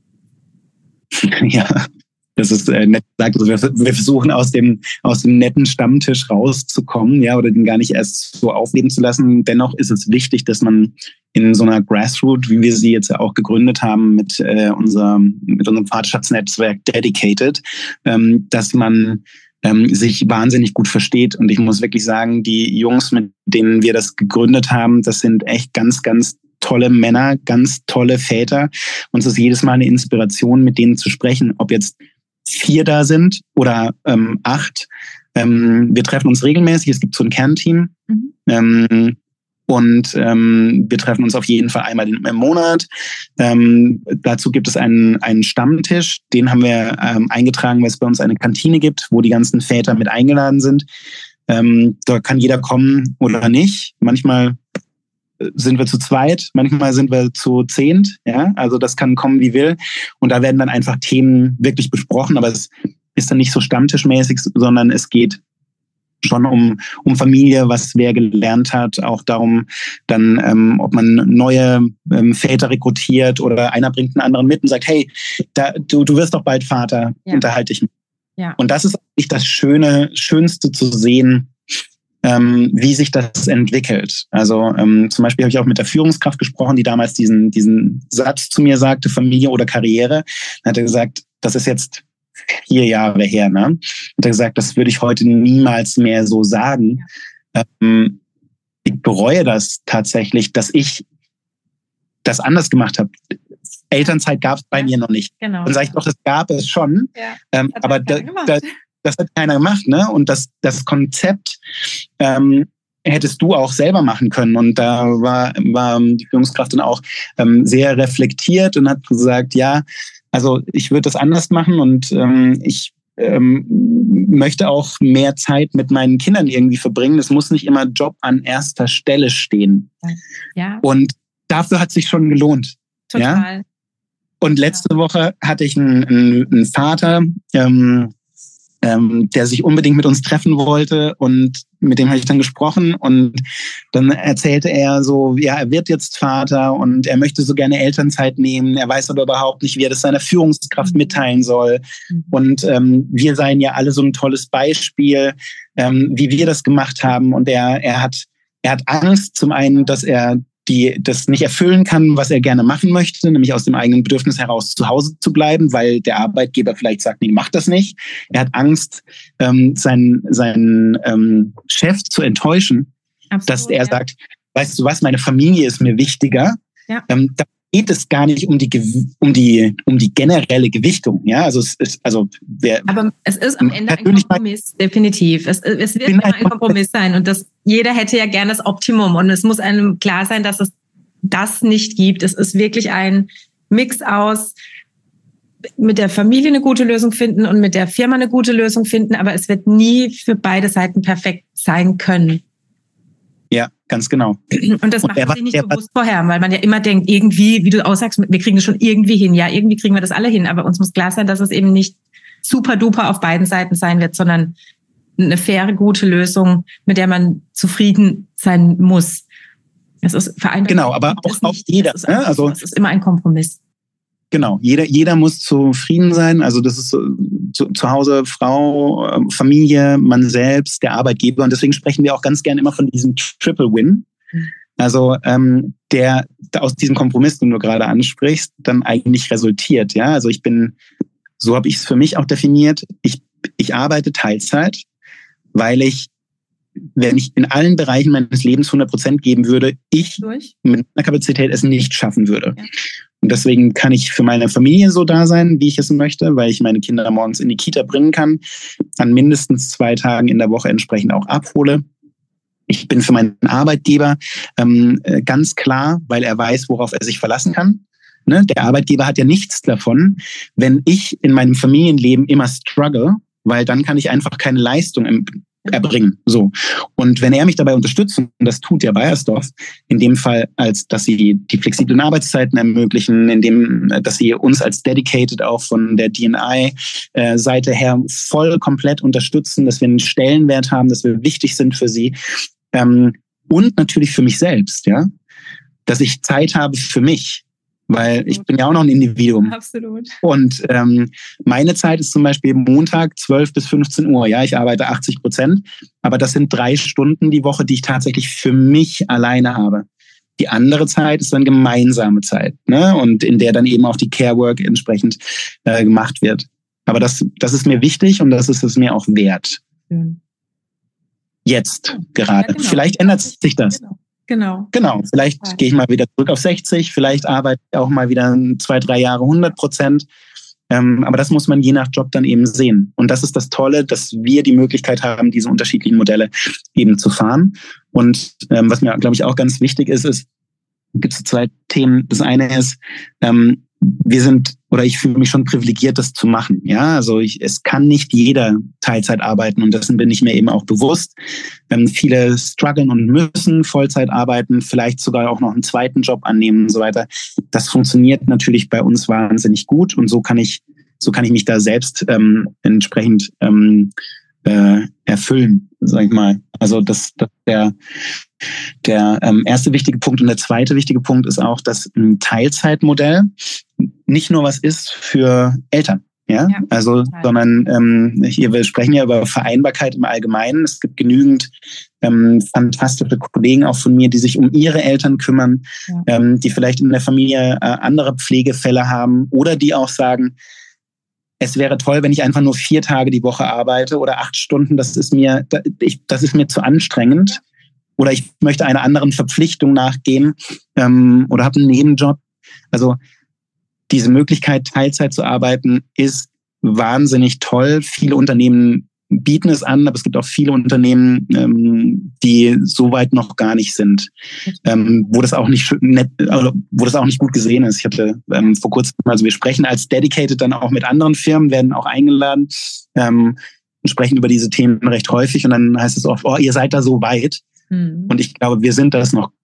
Ja. Das ist äh, nett gesagt. Also wir, wir versuchen aus dem aus dem netten Stammtisch rauszukommen, ja, oder den gar nicht erst so aufleben zu lassen. Dennoch ist es wichtig, dass man in so einer Grassroot, wie wir sie jetzt ja auch gegründet haben mit äh, unserem mit unserem Vaterschaftsnetzwerk Dedicated, ähm, dass man ähm, sich wahnsinnig gut versteht. Und ich muss wirklich sagen, die Jungs, mit denen wir das gegründet haben, das sind echt ganz, ganz tolle Männer, ganz tolle Väter. Uns ist jedes Mal eine Inspiration, mit denen zu sprechen, ob jetzt vier da sind oder ähm, acht. Ähm, wir treffen uns regelmäßig. Es gibt so ein Kernteam. Mhm. Ähm, und ähm, wir treffen uns auf jeden Fall einmal im Monat. Ähm, dazu gibt es einen, einen Stammtisch. Den haben wir ähm, eingetragen, weil es bei uns eine Kantine gibt, wo die ganzen Väter mit eingeladen sind. Ähm, da kann jeder kommen oder nicht. Manchmal sind wir zu zweit, manchmal sind wir zu zehnt, ja, also das kann kommen wie will, und da werden dann einfach Themen wirklich besprochen, aber es ist dann nicht so stammtischmäßig, sondern es geht schon um um Familie, was wer gelernt hat, auch darum dann, ähm, ob man neue ähm, Väter rekrutiert oder einer bringt einen anderen mit und sagt, hey, da, du du wirst doch bald Vater, ja. Unterhalte dich mit. Ja. Und das ist eigentlich das Schöne, Schönste zu sehen, Ähm, wie sich das entwickelt. Also ähm, zum Beispiel habe ich auch mit der Führungskraft gesprochen, die damals diesen diesen Satz zu mir sagte, Familie oder Karriere. Dann hat er gesagt, das ist jetzt vier Jahre her. Ne? Hat er gesagt, das würde ich heute niemals mehr so sagen. Ja. Ähm, ich bereue das tatsächlich, dass ich das anders gemacht habe. Elternzeit gab es bei mir noch nicht. Genau. Dann sage ich doch, das gab es schon. Ja, ähm, aber da, da, das hat keiner gemacht, ne? Und das, das Konzept ähm, hättest du auch selber machen können. Und da war, war die Führungskraft dann auch ähm, sehr reflektiert und hat gesagt, ja, also ich würde das anders machen und ähm, ich ähm, möchte auch mehr Zeit mit meinen Kindern irgendwie verbringen. Es muss nicht immer Job an erster Stelle stehen. Ja. Und dafür hat es sich schon gelohnt. Total. Ja? Und letzte Woche hatte ich einen, einen, einen Vater, ähm, ähm, der sich unbedingt mit uns treffen wollte, und mit dem habe ich dann gesprochen, und dann erzählte er so, ja, er wird jetzt Vater und er möchte so gerne Elternzeit nehmen, er weiß aber überhaupt nicht, wie er das seiner Führungskraft mitteilen soll, und ähm, wir seien ja alle so ein tolles Beispiel, ähm, wie wir das gemacht haben, und er, er hat, er hat Angst, zum einen, dass er die das nicht erfüllen kann, was er gerne machen möchte, nämlich aus dem eigenen Bedürfnis heraus zu Hause zu bleiben, weil der Arbeitgeber vielleicht sagt, nee, mach das nicht. Er hat Angst, ähm, seinen, seinen ähm, Chef zu enttäuschen, Absolut, dass er ja. sagt, weißt du was, meine Familie ist mir wichtiger. Ja. Ähm, da geht es gar nicht um die um die um die generelle Gewichtung, ja, also es ist also wer, aber es ist am Ende ein Kompromiss, definitiv. Es, es wird immer ein Kompromiss sein, und das jeder hätte ja gerne das Optimum, und es muss einem klar sein, dass es das nicht gibt. Es ist wirklich ein Mix aus mit der Familie eine gute Lösung finden und mit der Firma eine gute Lösung finden, aber es wird nie für beide Seiten perfekt sein können. Ja, ganz genau. Und das macht man sich nicht bewusst vorher, weil man ja immer denkt, irgendwie, wie du aussagst, wir kriegen das schon irgendwie hin. Ja, irgendwie kriegen wir das alle hin, aber uns muss klar sein, dass es eben nicht super duper auf beiden Seiten sein wird, sondern eine faire, gute Lösung, mit der man zufrieden sein muss. Es ist vereinbart. Genau, aber auch, auch jeder. Es ist, also, es ist immer ein Kompromiss. Genau, jeder, jeder muss zufrieden sein. Also das ist so, zu, zu Hause Frau, Familie, man selbst, der Arbeitgeber. Und deswegen sprechen wir auch ganz gern immer von diesem Triple Win. Also ähm, der aus diesem Kompromiss, den du gerade ansprichst, dann eigentlich resultiert. Ja, also ich bin, so habe ich es für mich auch definiert. Ich ich arbeite Teilzeit, weil ich, wenn ich in allen Bereichen meines Lebens hundert Prozent geben würde, ich Durch? mit meiner Kapazität es nicht schaffen würde. Ja. Und deswegen kann ich für meine Familie so da sein, wie ich es möchte, weil ich meine Kinder morgens in die Kita bringen kann, an mindestens zwei Tagen in der Woche entsprechend auch abhole. Ich bin für meinen Arbeitgeber ähm, ganz klar, weil er weiß, worauf er sich verlassen kann. Ne? Der Arbeitgeber hat ja nichts davon, wenn ich in meinem Familienleben immer struggle, weil dann kann ich einfach keine Leistung im erbringen. So. Und wenn er mich dabei unterstützt, und das tut ja Beiersdorf, in dem Fall, als dass sie die flexiblen Arbeitszeiten ermöglichen, in dem, dass sie uns als Dedicated auch von der D and I-Seite her voll komplett unterstützen, dass wir einen Stellenwert haben, dass wir wichtig sind für sie. Ähm, und natürlich für mich selbst, ja, dass ich Zeit habe für mich. Weil ich bin ja auch noch ein Individuum. Absolut. Und ähm, meine Zeit ist zum Beispiel Montag zwölf bis fünfzehn Uhr. Ja, ich arbeite achtzig Prozent, aber das sind drei Stunden die Woche, die ich tatsächlich für mich alleine habe. Die andere Zeit ist dann gemeinsame Zeit, ne? Und in der dann eben auch die Care Work entsprechend äh, gemacht wird. Aber das, das ist mir wichtig und das ist es mir auch wert. Mhm. Jetzt gerade. Ja, genau. Vielleicht ändert sich das. Genau. Genau. Genau. Vielleicht ja. gehe ich mal wieder zurück auf sechzig, vielleicht arbeite ich auch mal wieder zwei, drei Jahre hundert Prozent. Ähm, aber das muss man je nach Job dann eben sehen. Und das ist das Tolle, dass wir die Möglichkeit haben, diese unterschiedlichen Modelle eben zu fahren. Und ähm, was mir, glaube ich, auch ganz wichtig ist, ist, gibt es zwei Themen. Das eine ist, ähm, wir sind, oder ich fühle mich schon privilegiert, das zu machen. Ja, also ich, es kann nicht jeder Teilzeit arbeiten und dessen bin ich mir eben auch bewusst. Ähm, viele strugglen und müssen Vollzeit arbeiten, vielleicht sogar auch noch einen zweiten Job annehmen und so weiter. Das funktioniert natürlich bei uns wahnsinnig gut und so kann ich, so kann ich mich da selbst ähm, entsprechend ähm, äh, erfüllen, sag ich mal. Also das, das der der ähm, erste wichtige Punkt und der zweite wichtige Punkt ist auch, dass ein Teilzeitmodell nicht nur was ist für Eltern, ja, ja also, total. sondern ähm, hier, wir sprechen ja über Vereinbarkeit im Allgemeinen. Es gibt genügend ähm, fantastische Kollegen auch von mir, die sich um ihre Eltern kümmern, ja. ähm, die vielleicht in der Familie äh, andere Pflegefälle haben oder die auch sagen, es wäre toll, wenn ich einfach nur vier Tage die Woche arbeite oder acht Stunden. Das ist mir, das ist mir zu anstrengend. Oder ich möchte einer anderen Verpflichtung nachgehen ähm, oder habe einen Nebenjob. Also diese Möglichkeit, Teilzeit zu arbeiten, ist wahnsinnig toll. Viele Unternehmen bieten es an, aber es gibt auch viele Unternehmen, ähm, die so weit noch gar nicht sind, ähm, wo das auch nicht nett, also wo das auch nicht gut gesehen ist. Ich hatte ähm, vor kurzem, also wir sprechen als Dedicated dann auch mit anderen Firmen, werden auch eingeladen ähm, und sprechen über diese Themen recht häufig und dann heißt es oft, oh, ihr seid da so weit. Mhm. Und ich glaube, wir sind das noch.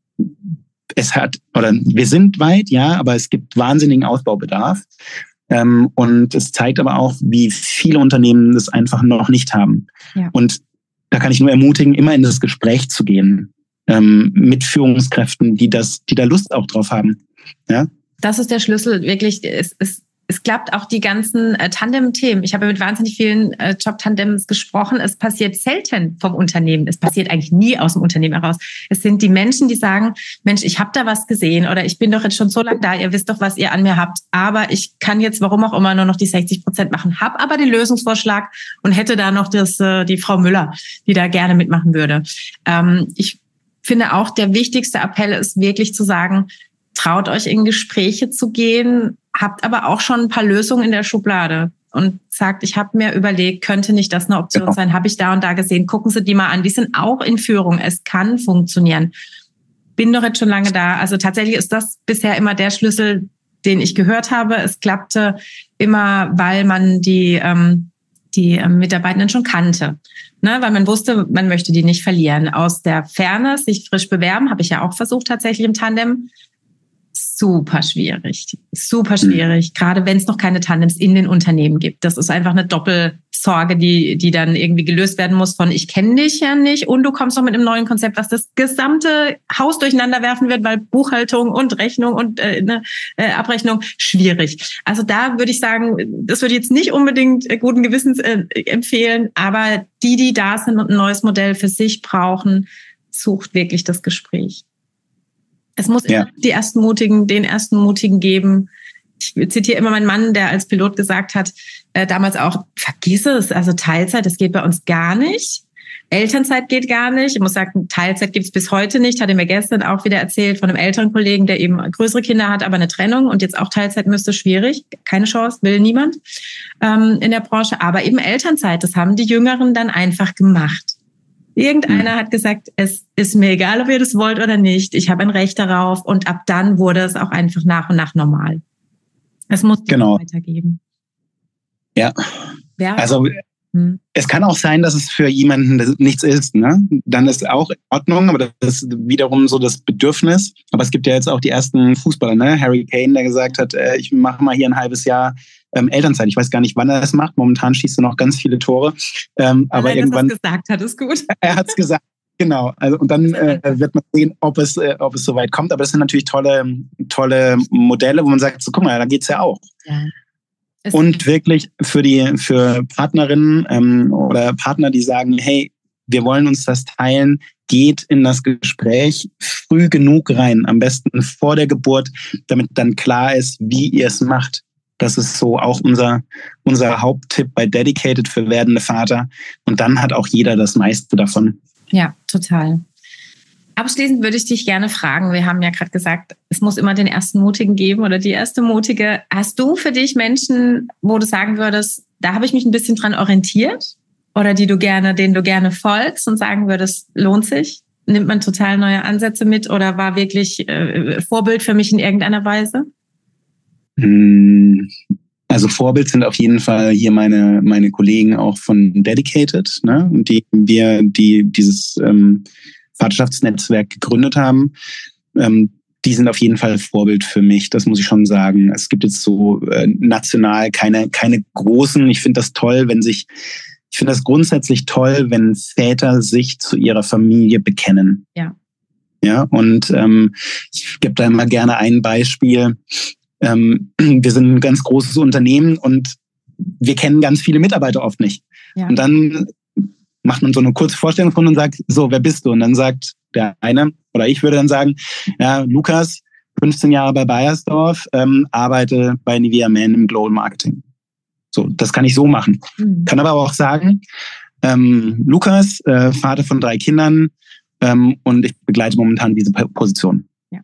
Es hat, oder wir sind weit, ja, aber es gibt wahnsinnigen Ausbaubedarf. Ähm, und es zeigt aber auch, wie viele Unternehmen das einfach noch nicht haben. Ja. Und da kann ich nur ermutigen, immer in das Gespräch zu gehen ähm, mit Führungskräften, die das, die da Lust auch drauf haben. Ja? Das ist der Schlüssel, wirklich. Es, es, es klappt auch die ganzen äh, Tandem-Themen. Ich habe mit wahnsinnig vielen äh, Job-Tandems gesprochen. Es passiert selten vom Unternehmen. Es passiert eigentlich nie aus dem Unternehmen heraus. Es sind die Menschen, die sagen, Mensch, ich habe da was gesehen oder ich bin doch jetzt schon so lange da, ihr wisst doch, was ihr an mir habt, aber ich kann jetzt, warum auch immer, nur noch die sechzig Prozent machen, habe aber den Lösungsvorschlag und hätte da noch das, äh, die Frau Müller, die da gerne mitmachen würde. Ähm, ich finde auch, der wichtigste Appell ist wirklich zu sagen, traut euch in Gespräche zu gehen, habt aber auch schon ein paar Lösungen in der Schublade und sagt, ich habe mir überlegt, könnte nicht das eine Option genau. sein, habe ich da und da gesehen, gucken Sie die mal an, die sind auch in Führung, es kann funktionieren. Bin doch jetzt schon lange da, also tatsächlich ist das bisher immer der Schlüssel, den ich gehört habe. Es klappte immer, weil man die, ähm, die ähm, Mitarbeitenden schon kannte. Ne, weil man wusste, man möchte die nicht verlieren. Aus der Ferne sich frisch bewerben, habe ich ja auch versucht tatsächlich im Tandem. super schwierig. Super schwierig. Mhm. Gerade wenn es noch keine Tandems in den Unternehmen gibt. Das ist einfach eine Doppelsorge, die, die dann irgendwie gelöst werden muss von ich kenne dich ja nicht und du kommst noch mit einem neuen Konzept, was das gesamte Haus durcheinander werfen wird, weil Buchhaltung und Rechnung und äh, ne, äh, Abrechnung schwierig. Also da würde ich sagen, das würde ich jetzt nicht unbedingt äh, guten Gewissens äh, empfehlen, aber die, die da sind und ein neues Modell für sich brauchen, sucht wirklich das Gespräch. Es muss ja. immer die ersten Mutigen, den ersten Mutigen geben. Ich zitiere immer meinen Mann, der als Pilot gesagt hat, äh, damals auch, vergiss es, also Teilzeit, das geht bei uns gar nicht. Elternzeit geht gar nicht. Ich muss sagen, Teilzeit gibt es bis heute nicht. Hatte mir gestern auch wieder erzählt von einem älteren Kollegen, der eben größere Kinder hat, aber eine Trennung und jetzt auch Teilzeit müsste schwierig. Keine Chance, will niemand ähm, in der Branche. Aber eben Elternzeit, das haben die Jüngeren dann einfach gemacht. Irgendeiner hat gesagt, es ist mir egal, ob ihr das wollt oder nicht. Ich habe ein Recht darauf. Und ab dann wurde es auch einfach nach und nach normal. Es muss genau weitergeben. Ja, ja. also hm. es kann auch sein, dass es für jemanden das nichts ist. Ne? Dann ist auch in Ordnung, aber das ist wiederum so das Bedürfnis. Aber es gibt ja jetzt auch die ersten Fußballer, ne? Harry Kane, der gesagt hat, äh, ich mache mal hier ein halbes Jahr Ähm, Elternzeit. Ich weiß gar nicht, wann er das macht. Momentan schießt er noch ganz viele Tore. Ähm, aber er irgendwann. Das gesagt hat, ist gut. Er hat es gesagt. Genau. Also und dann äh, wird man sehen, ob es, äh, ob es soweit kommt. Aber das sind natürlich tolle, tolle Modelle, wo man sagt, so guck mal, da geht's ja auch. Ja. Und wirklich für die, für Partnerinnen ähm, oder Partner, die sagen, hey, wir wollen uns das teilen, geht in das Gespräch früh genug rein. Am besten vor der Geburt, damit dann klar ist, wie ihr es macht. Das ist so auch unser, unser Haupttipp bei Dedicated für werdende Vater. Und dann hat auch jeder das meiste davon. Ja, total. Abschließend würde ich dich gerne fragen, wir haben ja gerade gesagt, es muss immer den ersten Mutigen geben oder die erste Mutige. Hast du für dich Menschen, wo du sagen würdest, da habe ich mich ein bisschen dran orientiert oder die du gerne, denen du gerne folgst und sagen würdest, lohnt sich? Nimmt man total neue Ansätze mit oder war wirklich äh, Vorbild für mich in irgendeiner Weise? Also Vorbild sind auf jeden Fall hier meine meine Kollegen auch von Dedicated, ne, die wir die dieses ähm, Vaterschaftsnetzwerk gegründet haben. Ähm, die sind auf jeden Fall Vorbild für mich. Das muss ich schon sagen. Es gibt jetzt so äh, national keine keine großen. Ich finde das toll, wenn sich ich finde das grundsätzlich toll, wenn Väter sich zu ihrer Familie bekennen. Ja. Ja. Und ähm, ich gebe da immer gerne ein Beispiel. Ähm, wir sind ein ganz großes Unternehmen und wir kennen ganz viele Mitarbeiter oft nicht. Ja. Und dann macht man so eine kurze Vorstellungsrunde und sagt, so, wer bist du? Und dann sagt der eine, oder ich würde dann sagen, ja, Lukas, fünfzehn Jahre bei Beiersdorf, ähm, arbeite bei Nivea Men im Global Marketing. So, das kann ich so machen. Mhm. Kann aber auch sagen, ähm, Lukas, äh, Vater von drei Kindern, ähm, und ich begleite momentan diese Position.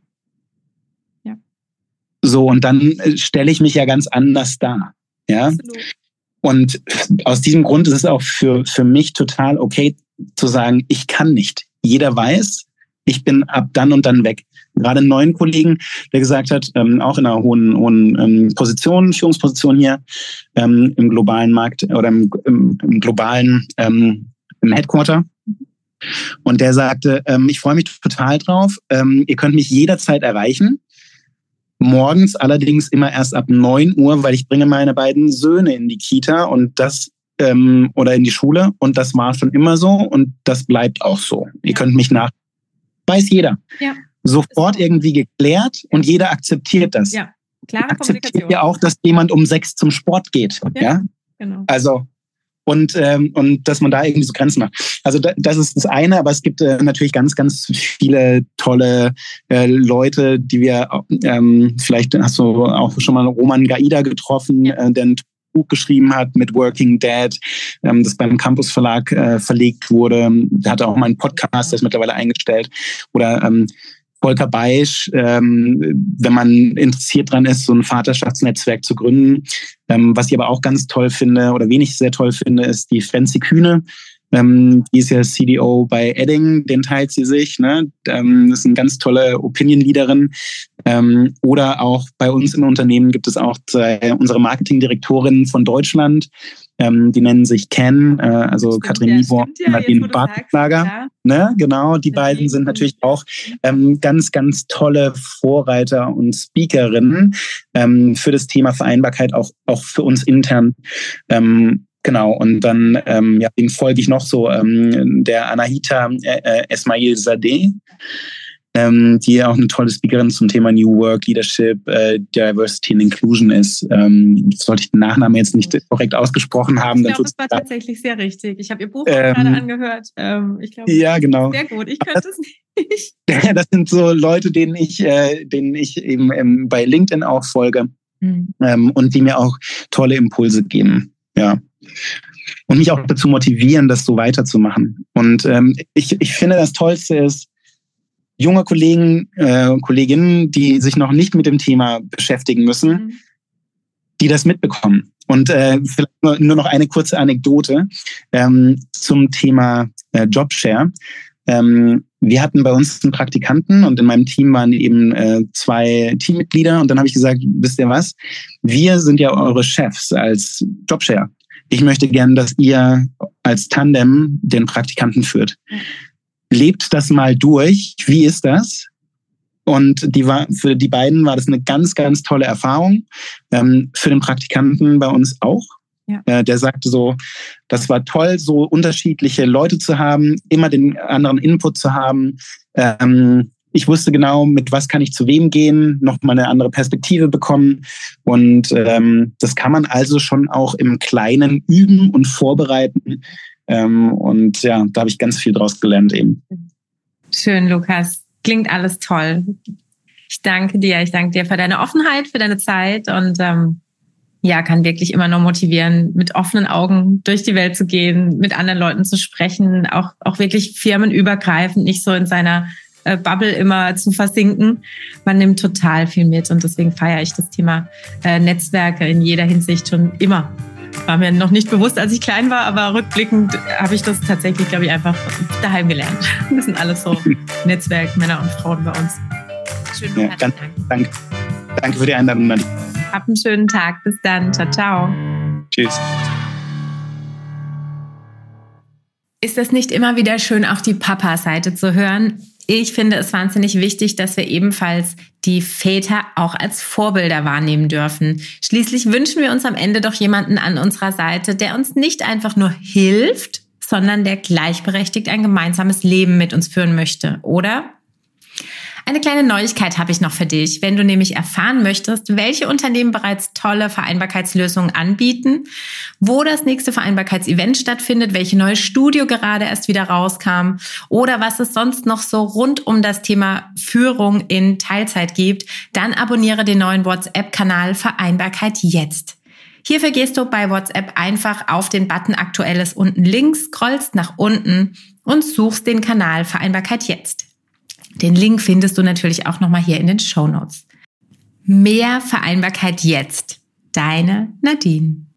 So, und dann stelle ich mich ja ganz anders dar. Ja. Absolut. Und aus diesem Grund ist es auch für, für mich total okay zu sagen, ich kann nicht. Jeder weiß, ich bin ab dann und dann weg. Gerade einen neuen Kollegen, der gesagt hat, ähm, auch in einer hohen, hohen ähm, Position, Führungsposition hier, ähm, im globalen Markt oder im, im, im globalen ähm, im Headquarter. Und der sagte, ähm, ich freue mich total drauf. Ähm, ihr könnt mich jederzeit erreichen. Morgens allerdings immer erst ab neun Uhr, weil ich bringe meine beiden Söhne in die Kita und das ähm, oder in die Schule und das war schon immer so und das bleibt auch so. Ja. Ihr könnt mich nach, weiß jeder. Ja. Sofort irgendwie geklärt und jeder akzeptiert das. Ja, klare akzeptiert Kommunikation. Ja auch, dass jemand um sechs zum Sport geht. Ja, ja? Genau. Also und ähm, und dass man da irgendwie so Grenzen macht. Also da, das ist das eine, aber es gibt äh, natürlich ganz, ganz viele tolle äh, Leute, die wir, ähm, vielleicht hast du auch schon mal Roman Gaida getroffen, ja. äh, der ein Buch geschrieben hat mit Working Dad, ähm, das beim Campus Verlag äh, verlegt wurde. Der hatte auch mal einen Podcast, der ist mittlerweile eingestellt. Oder ähm, Volker Beisch, ähm, wenn man interessiert dran ist, so ein Vaterschaftsnetzwerk zu gründen. Ähm, was ich aber auch ganz toll finde oder wen ich sehr toll finde, ist die Franzi Kühne. Ähm, die ist ja C D O bei Edding, den teilt sie sich. Ne? Ähm, das ist eine ganz tolle Opinion-Leaderin. Ähm, oder auch bei uns im Unternehmen gibt es auch zwei, unsere Marketingdirektorin von Deutschland, Ähm, die nennen sich Ken, äh, also Stimmt, Katrin ja, Niebuhr stimmt, ja, und jetzt, Nadine wo du sagst, Bartlager. ja. Ne? Genau, die Nadine beiden sind natürlich und- auch ähm, ganz, ganz tolle Vorreiter und Speakerinnen ähm, für das Thema Vereinbarkeit, auch, auch für uns intern. Ähm, Genau, und dann ähm, ja, den folge ich noch so, ähm, der Anahita äh, Esmail Zadeh, ähm, die auch eine tolle Speakerin zum Thema New Work, Leadership, äh, Diversity and Inclusion ist. Ähm, sollte ich den Nachnamen jetzt nicht korrekt ausgesprochen haben. Ich glaube, es war tatsächlich sehr richtig. Ich habe ihr Buch ähm, gerade angehört. Ähm, ich glaube, ja, genau. Sehr gut, ich könnte es nicht. Das sind so Leute, denen ich, äh, denen ich eben ähm, bei LinkedIn auch folge mhm. ähm, und die mir auch tolle Impulse geben. Ja. Und mich auch dazu motivieren, das so weiterzumachen. Und ähm, ich, ich finde, das Tollste ist, junge Kollegen, äh, Kolleginnen, die sich noch nicht mit dem Thema beschäftigen müssen, mhm. die das mitbekommen. Und äh, vielleicht nur noch eine kurze Anekdote ähm, zum Thema äh, Jobshare. Ähm, wir hatten bei uns einen Praktikanten und in meinem Team waren eben äh, zwei Teammitglieder. Und dann habe ich gesagt, wisst ihr was? Wir sind ja eure Chefs als Jobshare. Ich möchte gerne, dass ihr als Tandem den Praktikanten führt. Lebt das mal durch. Wie ist das? Und die war, für die beiden war das eine ganz, ganz tolle Erfahrung. Ähm, für den Praktikanten bei uns auch. Ja. Äh, der sagte so, das war toll, so unterschiedliche Leute zu haben, immer den anderen Input zu haben. Ähm, ich wusste genau, mit was kann ich zu wem gehen, nochmal eine andere Perspektive bekommen. Und ähm, das kann man also schon auch im Kleinen üben und vorbereiten. Ähm, und ja, da habe ich ganz viel draus gelernt eben. Schön, Lukas. Klingt alles toll. Ich danke dir. Ich danke dir für deine Offenheit, für deine Zeit und ähm, ja, kann wirklich immer nur motivieren, mit offenen Augen durch die Welt zu gehen, mit anderen Leuten zu sprechen, auch, auch wirklich firmenübergreifend, nicht so in seiner äh, Bubble immer zu versinken. Man nimmt total viel mit und deswegen feiere ich das Thema äh, Netzwerke in jeder Hinsicht schon immer. War mir noch nicht bewusst, als ich klein war, aber rückblickend habe ich das tatsächlich, glaube ich, einfach daheim gelernt. Das sind alles so Netzwerkmänner und Frauen bei uns. Schönen ja, ganz, danke. Danke für die Einladung, Nadine. Hab einen schönen Tag. Bis dann. Ciao, ciao. Tschüss. Ist es nicht immer wieder schön, auch die Papa-Seite zu hören? Ich finde es wahnsinnig wichtig, dass wir ebenfalls die Väter auch als Vorbilder wahrnehmen dürfen. Schließlich wünschen wir uns am Ende doch jemanden an unserer Seite, der uns nicht einfach nur hilft, sondern der gleichberechtigt ein gemeinsames Leben mit uns führen möchte, oder? Eine kleine Neuigkeit habe ich noch für dich. Wenn du nämlich erfahren möchtest, welche Unternehmen bereits tolle Vereinbarkeitslösungen anbieten, wo das nächste Vereinbarkeitsevent stattfindet, welche neue Studio gerade erst wieder rauskam oder was es sonst noch so rund um das Thema Führung in Teilzeit gibt, dann abonniere den neuen WhatsApp-Kanal Vereinbarkeit jetzt. Hierfür gehst du bei WhatsApp einfach auf den Button Aktuelles unten links, scrollst nach unten und suchst den Kanal Vereinbarkeit jetzt. Den Link findest du natürlich auch nochmal hier in den Shownotes. Mehr Vereinbarkeit jetzt. Deine Nadine.